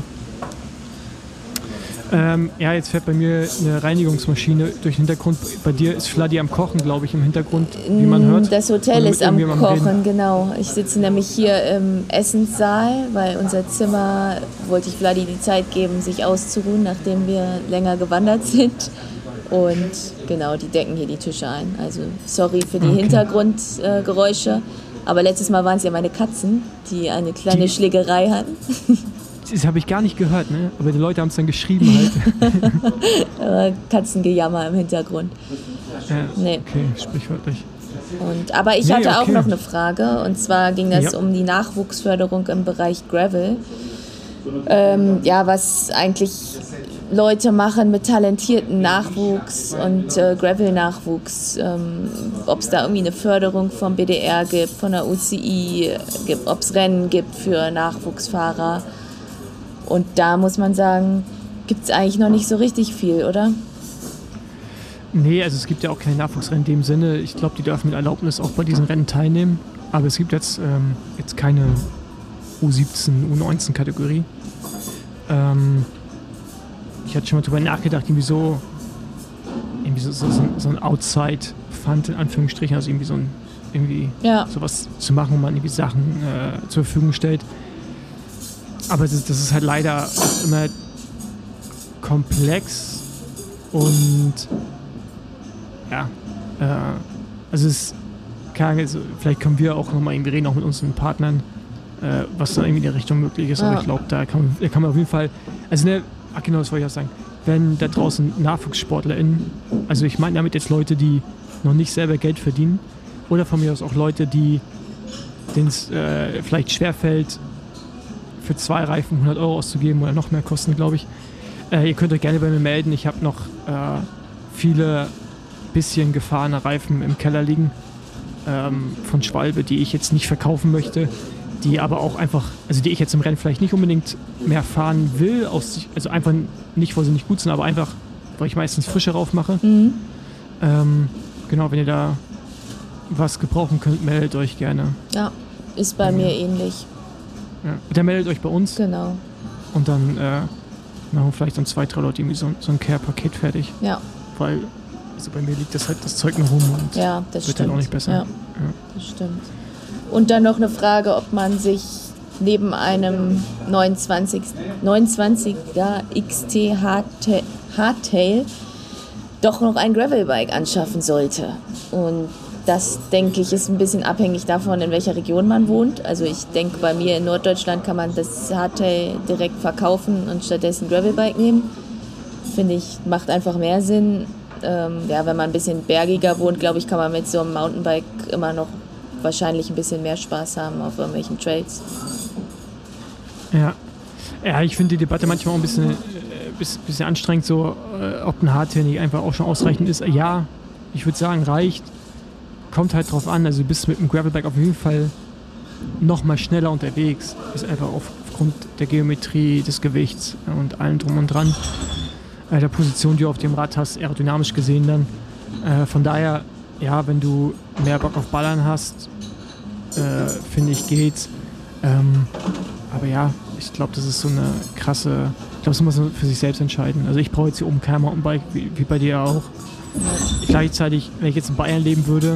Ja. Ähm, ja, jetzt fährt bei mir eine Reinigungsmaschine durch den Hintergrund. Bei dir ist Fladdy am Kochen, glaube ich, im Hintergrund, wie man hört. Das Hotel ist am Kochen, Reden. genau. Ich sitze nämlich hier im Essenssaal, weil unser Zimmer, wollte ich Fladdy die Zeit geben, sich auszuruhen, nachdem wir länger gewandert sind. Und genau, die decken hier die Tische ein. Also sorry für die okay. Hintergrundgeräusche. Äh, aber letztes Mal waren es ja meine Katzen, die eine kleine die, Schlägerei hatten. Das habe ich gar nicht gehört, ne? Aber die Leute haben es dann geschrieben halt. Katzengejammer im Hintergrund. Ja, nee. Okay, sprichwörtlich. Und, aber ich nee, hatte okay. auch noch eine Frage. Und zwar ging das ja. um die Nachwuchsförderung im Bereich Gravel. Ähm, ja, was eigentlich Leute machen mit talentierten Nachwuchs und äh, Gravel-Nachwuchs, ähm, ob es da irgendwie eine Förderung vom B D R gibt, von der U C I gibt, ob es Rennen gibt für Nachwuchsfahrer. Und da muss man sagen, gibt es eigentlich noch nicht so richtig viel, oder? Nee, also es gibt ja auch keine Nachwuchsrennen in dem Sinne. Ich glaube, die dürfen mit Erlaubnis auch bei diesen Rennen teilnehmen. Aber es gibt jetzt, ähm, jetzt keine U siebzehn, U neunzehn Kategorie. Ähm, ich hatte schon mal drüber nachgedacht, irgendwie so, irgendwie so, so, so ein Outside-Fund in Anführungsstrichen, also irgendwie so ein, irgendwie ja. sowas zu machen, wo man irgendwie Sachen äh, zur Verfügung stellt. Aber das, das ist halt leider auch immer komplex und ja, äh, also es ist, also vielleicht können wir auch nochmal irgendwie reden, auch mit unseren Partnern, äh, was da irgendwie in der Richtung möglich ist, ja. Aber ich glaube, da kann man, da kann man auf jeden Fall, also ne, ach genau, das wollte ich auch sagen, wenn da draußen NachwuchssportlerInnen, also ich meine damit jetzt Leute, die noch nicht selber Geld verdienen oder von mir aus auch Leute, die denen es äh, vielleicht schwerfällt, für zwei Reifen hundert Euro auszugeben oder noch mehr kosten, glaube ich. Äh, ihr könnt euch gerne bei mir melden. Ich habe noch äh, viele bisschen gefahrene Reifen im Keller liegen ähm, von Schwalbe, die ich jetzt nicht verkaufen möchte, die aber auch einfach, also die ich jetzt im Rennen vielleicht nicht unbedingt mehr fahren will, aus, also einfach nicht, weil sie nicht gut sind, aber einfach, weil ich meistens frische raufmache. Mhm. Ähm, genau, wenn ihr da was gebrauchen könnt, meldet euch gerne. Ja, ist bei ja. mir ähnlich. Ja. Dann meldet euch bei uns. Genau. Und dann äh, machen vielleicht dann zwei, drei Leute irgendwie so, so ein Care-Paket fertig. Ja. Weil, also bei mir liegt das halt das Zeug noch rum und ja, das wird stimmt. halt auch nicht besser. Ja, ja. Das stimmt. Und dann noch eine Frage, ob man sich neben einem neunundzwanziger X T Hardtail doch noch ein Gravelbike anschaffen sollte. Und das, denke ich, ist ein bisschen abhängig davon, in welcher Region man wohnt. Also ich denke, bei mir in Norddeutschland kann man das Hardtail direkt verkaufen und stattdessen Gravelbike nehmen. Finde ich, macht einfach mehr Sinn. Ähm, ja, wenn man ein bisschen bergiger wohnt, glaube ich, kann man mit so einem Mountainbike immer noch wahrscheinlich ein bisschen mehr Spaß haben auf irgendwelchen Trails. Ja, ja, ich finde die Debatte manchmal auch ein bisschen, äh, bisschen anstrengend, so äh, ob ein Hardtail nicht einfach auch schon ausreichend ist. Ja, ich würde sagen, reicht. kommt halt drauf an. Also du bist mit dem Gravelbike auf jeden Fall noch mal schneller unterwegs. Ist einfach auf, aufgrund der Geometrie, des Gewichts und allem drum und dran. Äh, der Position, die du auf dem Rad hast, aerodynamisch gesehen dann. Äh, von daher, ja, wenn du mehr Bock auf Ballern hast, äh, finde ich, geht's. Ähm, aber ja, ich glaube, das ist so eine krasse, ich glaube, das muss man so für sich selbst entscheiden. Also ich brauche jetzt hier oben kein Mountainbike, wie, wie bei dir auch. Gleichzeitig, wenn ich jetzt in Bayern leben würde,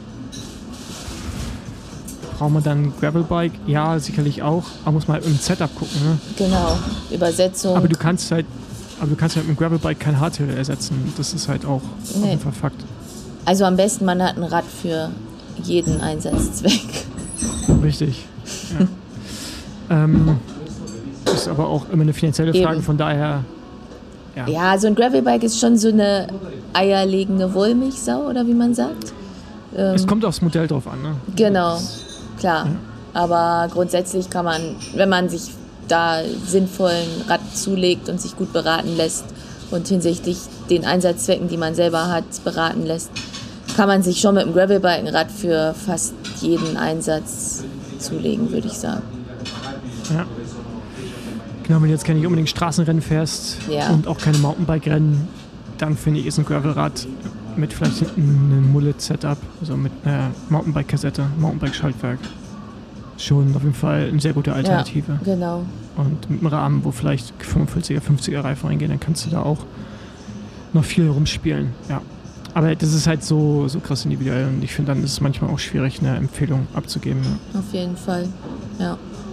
braucht man dann ein Gravelbike? Ja, sicherlich auch, aber muss man halt im Setup gucken. Ne? Genau, Übersetzung. Aber du kannst halt, aber du kannst halt mit dem Gravelbike kein Hardtail ersetzen. Das ist halt auch Nee. auf jeden Fall Fakt. Also am besten, man hat ein Rad für jeden Einsatzzweck. Richtig. Ja. ähm, ist aber auch immer eine finanzielle Frage, Eben. von daher. Ja. Ja, so ein Gravelbike ist schon so eine eierlegende Wollmilchsau, oder wie man sagt. Ähm, Es kommt aufs Modell drauf an, ne? Genau, klar. Ja. Aber grundsätzlich kann man, wenn man sich da sinnvollen Rad zulegt und sich gut beraten lässt und hinsichtlich den Einsatzzwecken, die man selber hat, beraten lässt, kann man sich schon mit dem Gravelbike ein Rad für fast jeden Einsatz zulegen, würde ich sagen. Ja. Genau, wenn du jetzt keine unbedingt Straßenrennen fährst Ja. und auch keine Mountainbike-Rennen, dann finde ich, ist ein Gravelrad mit vielleicht einem Mullet-Setup, also mit einer Mountainbike-Kassette, Mountainbike-Schaltwerk, schon auf jeden Fall eine sehr gute Alternative. Ja, genau. Und mit einem Rahmen, wo vielleicht fünfundvierziger, fünfziger Reifen reingehen, dann kannst du da auch noch viel rumspielen. Ja. Aber das ist halt so, so krass individuell und ich finde, dann ist es manchmal auch schwierig, eine Empfehlung abzugeben. Ja. Auf jeden Fall, ja.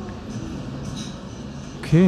Okay.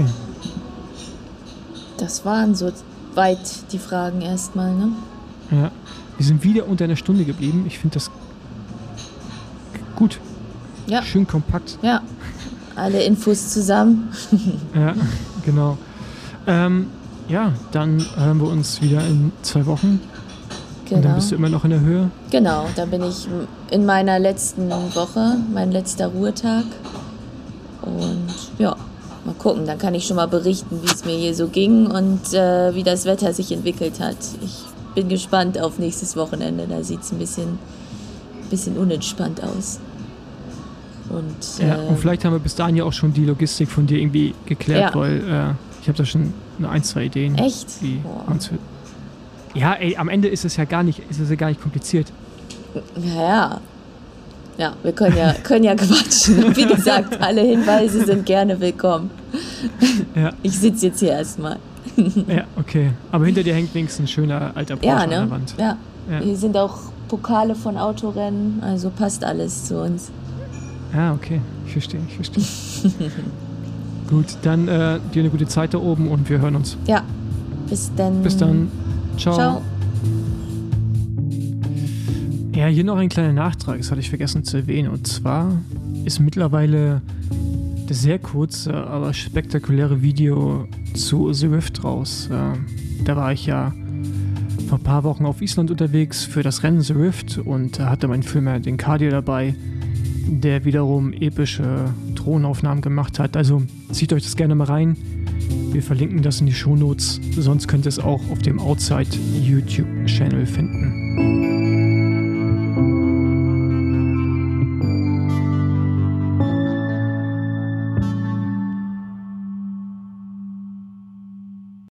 Das waren so weit die Fragen erstmal, ne? Ja. Wir sind wieder unter einer Stunde geblieben. Ich finde das gut. Ja. Schön kompakt. Ja, alle Infos zusammen. Ja, genau. Ähm, ja, dann hören wir uns wieder in zwei Wochen. Und dann Genau. bist du immer noch in der Höhe. Genau, da bin ich in meiner letzten Woche, mein letzter Ruhetag. Und ja, mal gucken, dann kann ich schon mal berichten, wie es mir hier so ging und äh, wie das Wetter sich entwickelt hat. Ich bin gespannt auf nächstes Wochenende, da sieht es ein bisschen, bisschen unentspannt aus. Und, Ja, äh, und vielleicht haben wir bis dahin ja auch schon die Logistik von dir irgendwie geklärt, Ja. weil äh, ich habe da schon eine ein, zwei Ideen. Echt? Wie Boah. man's wird. Ja, ey, am Ende ist es ja gar nicht, ist es ja gar nicht kompliziert. Ja, ja. Ja, wir können ja, können ja quatschen. Wie gesagt, alle Hinweise sind gerne willkommen. Ja. Ich sitze jetzt hier erstmal. Ja, okay. Aber hinter dir hängt wenigstens ein schöner alter Porsche Ja, an der ne? Wand. Ja. Ja. Hier sind auch Pokale von Autorennen, also passt alles zu uns. Ah, okay. Ich verstehe, ich verstehe. Gut, dann äh, dir eine gute Zeit da oben und wir hören uns. Ja, bis dann. Bis dann. Ciao. Ciao. Ja, hier noch ein kleiner Nachtrag, das hatte ich vergessen zu erwähnen. Und zwar ist mittlerweile das sehr kurze, aber spektakuläre Video zu The Rift raus. Äh, da war ich ja vor ein paar Wochen auf Island unterwegs für das Rennen The Rift und da hatte mein Filmer den Cardio dabei, der wiederum epische Drohnenaufnahmen gemacht hat. Also zieht euch das gerne mal rein. Wir verlinken das in die Shownotes, sonst könnt ihr es auch auf dem Outside YouTube-Channel finden.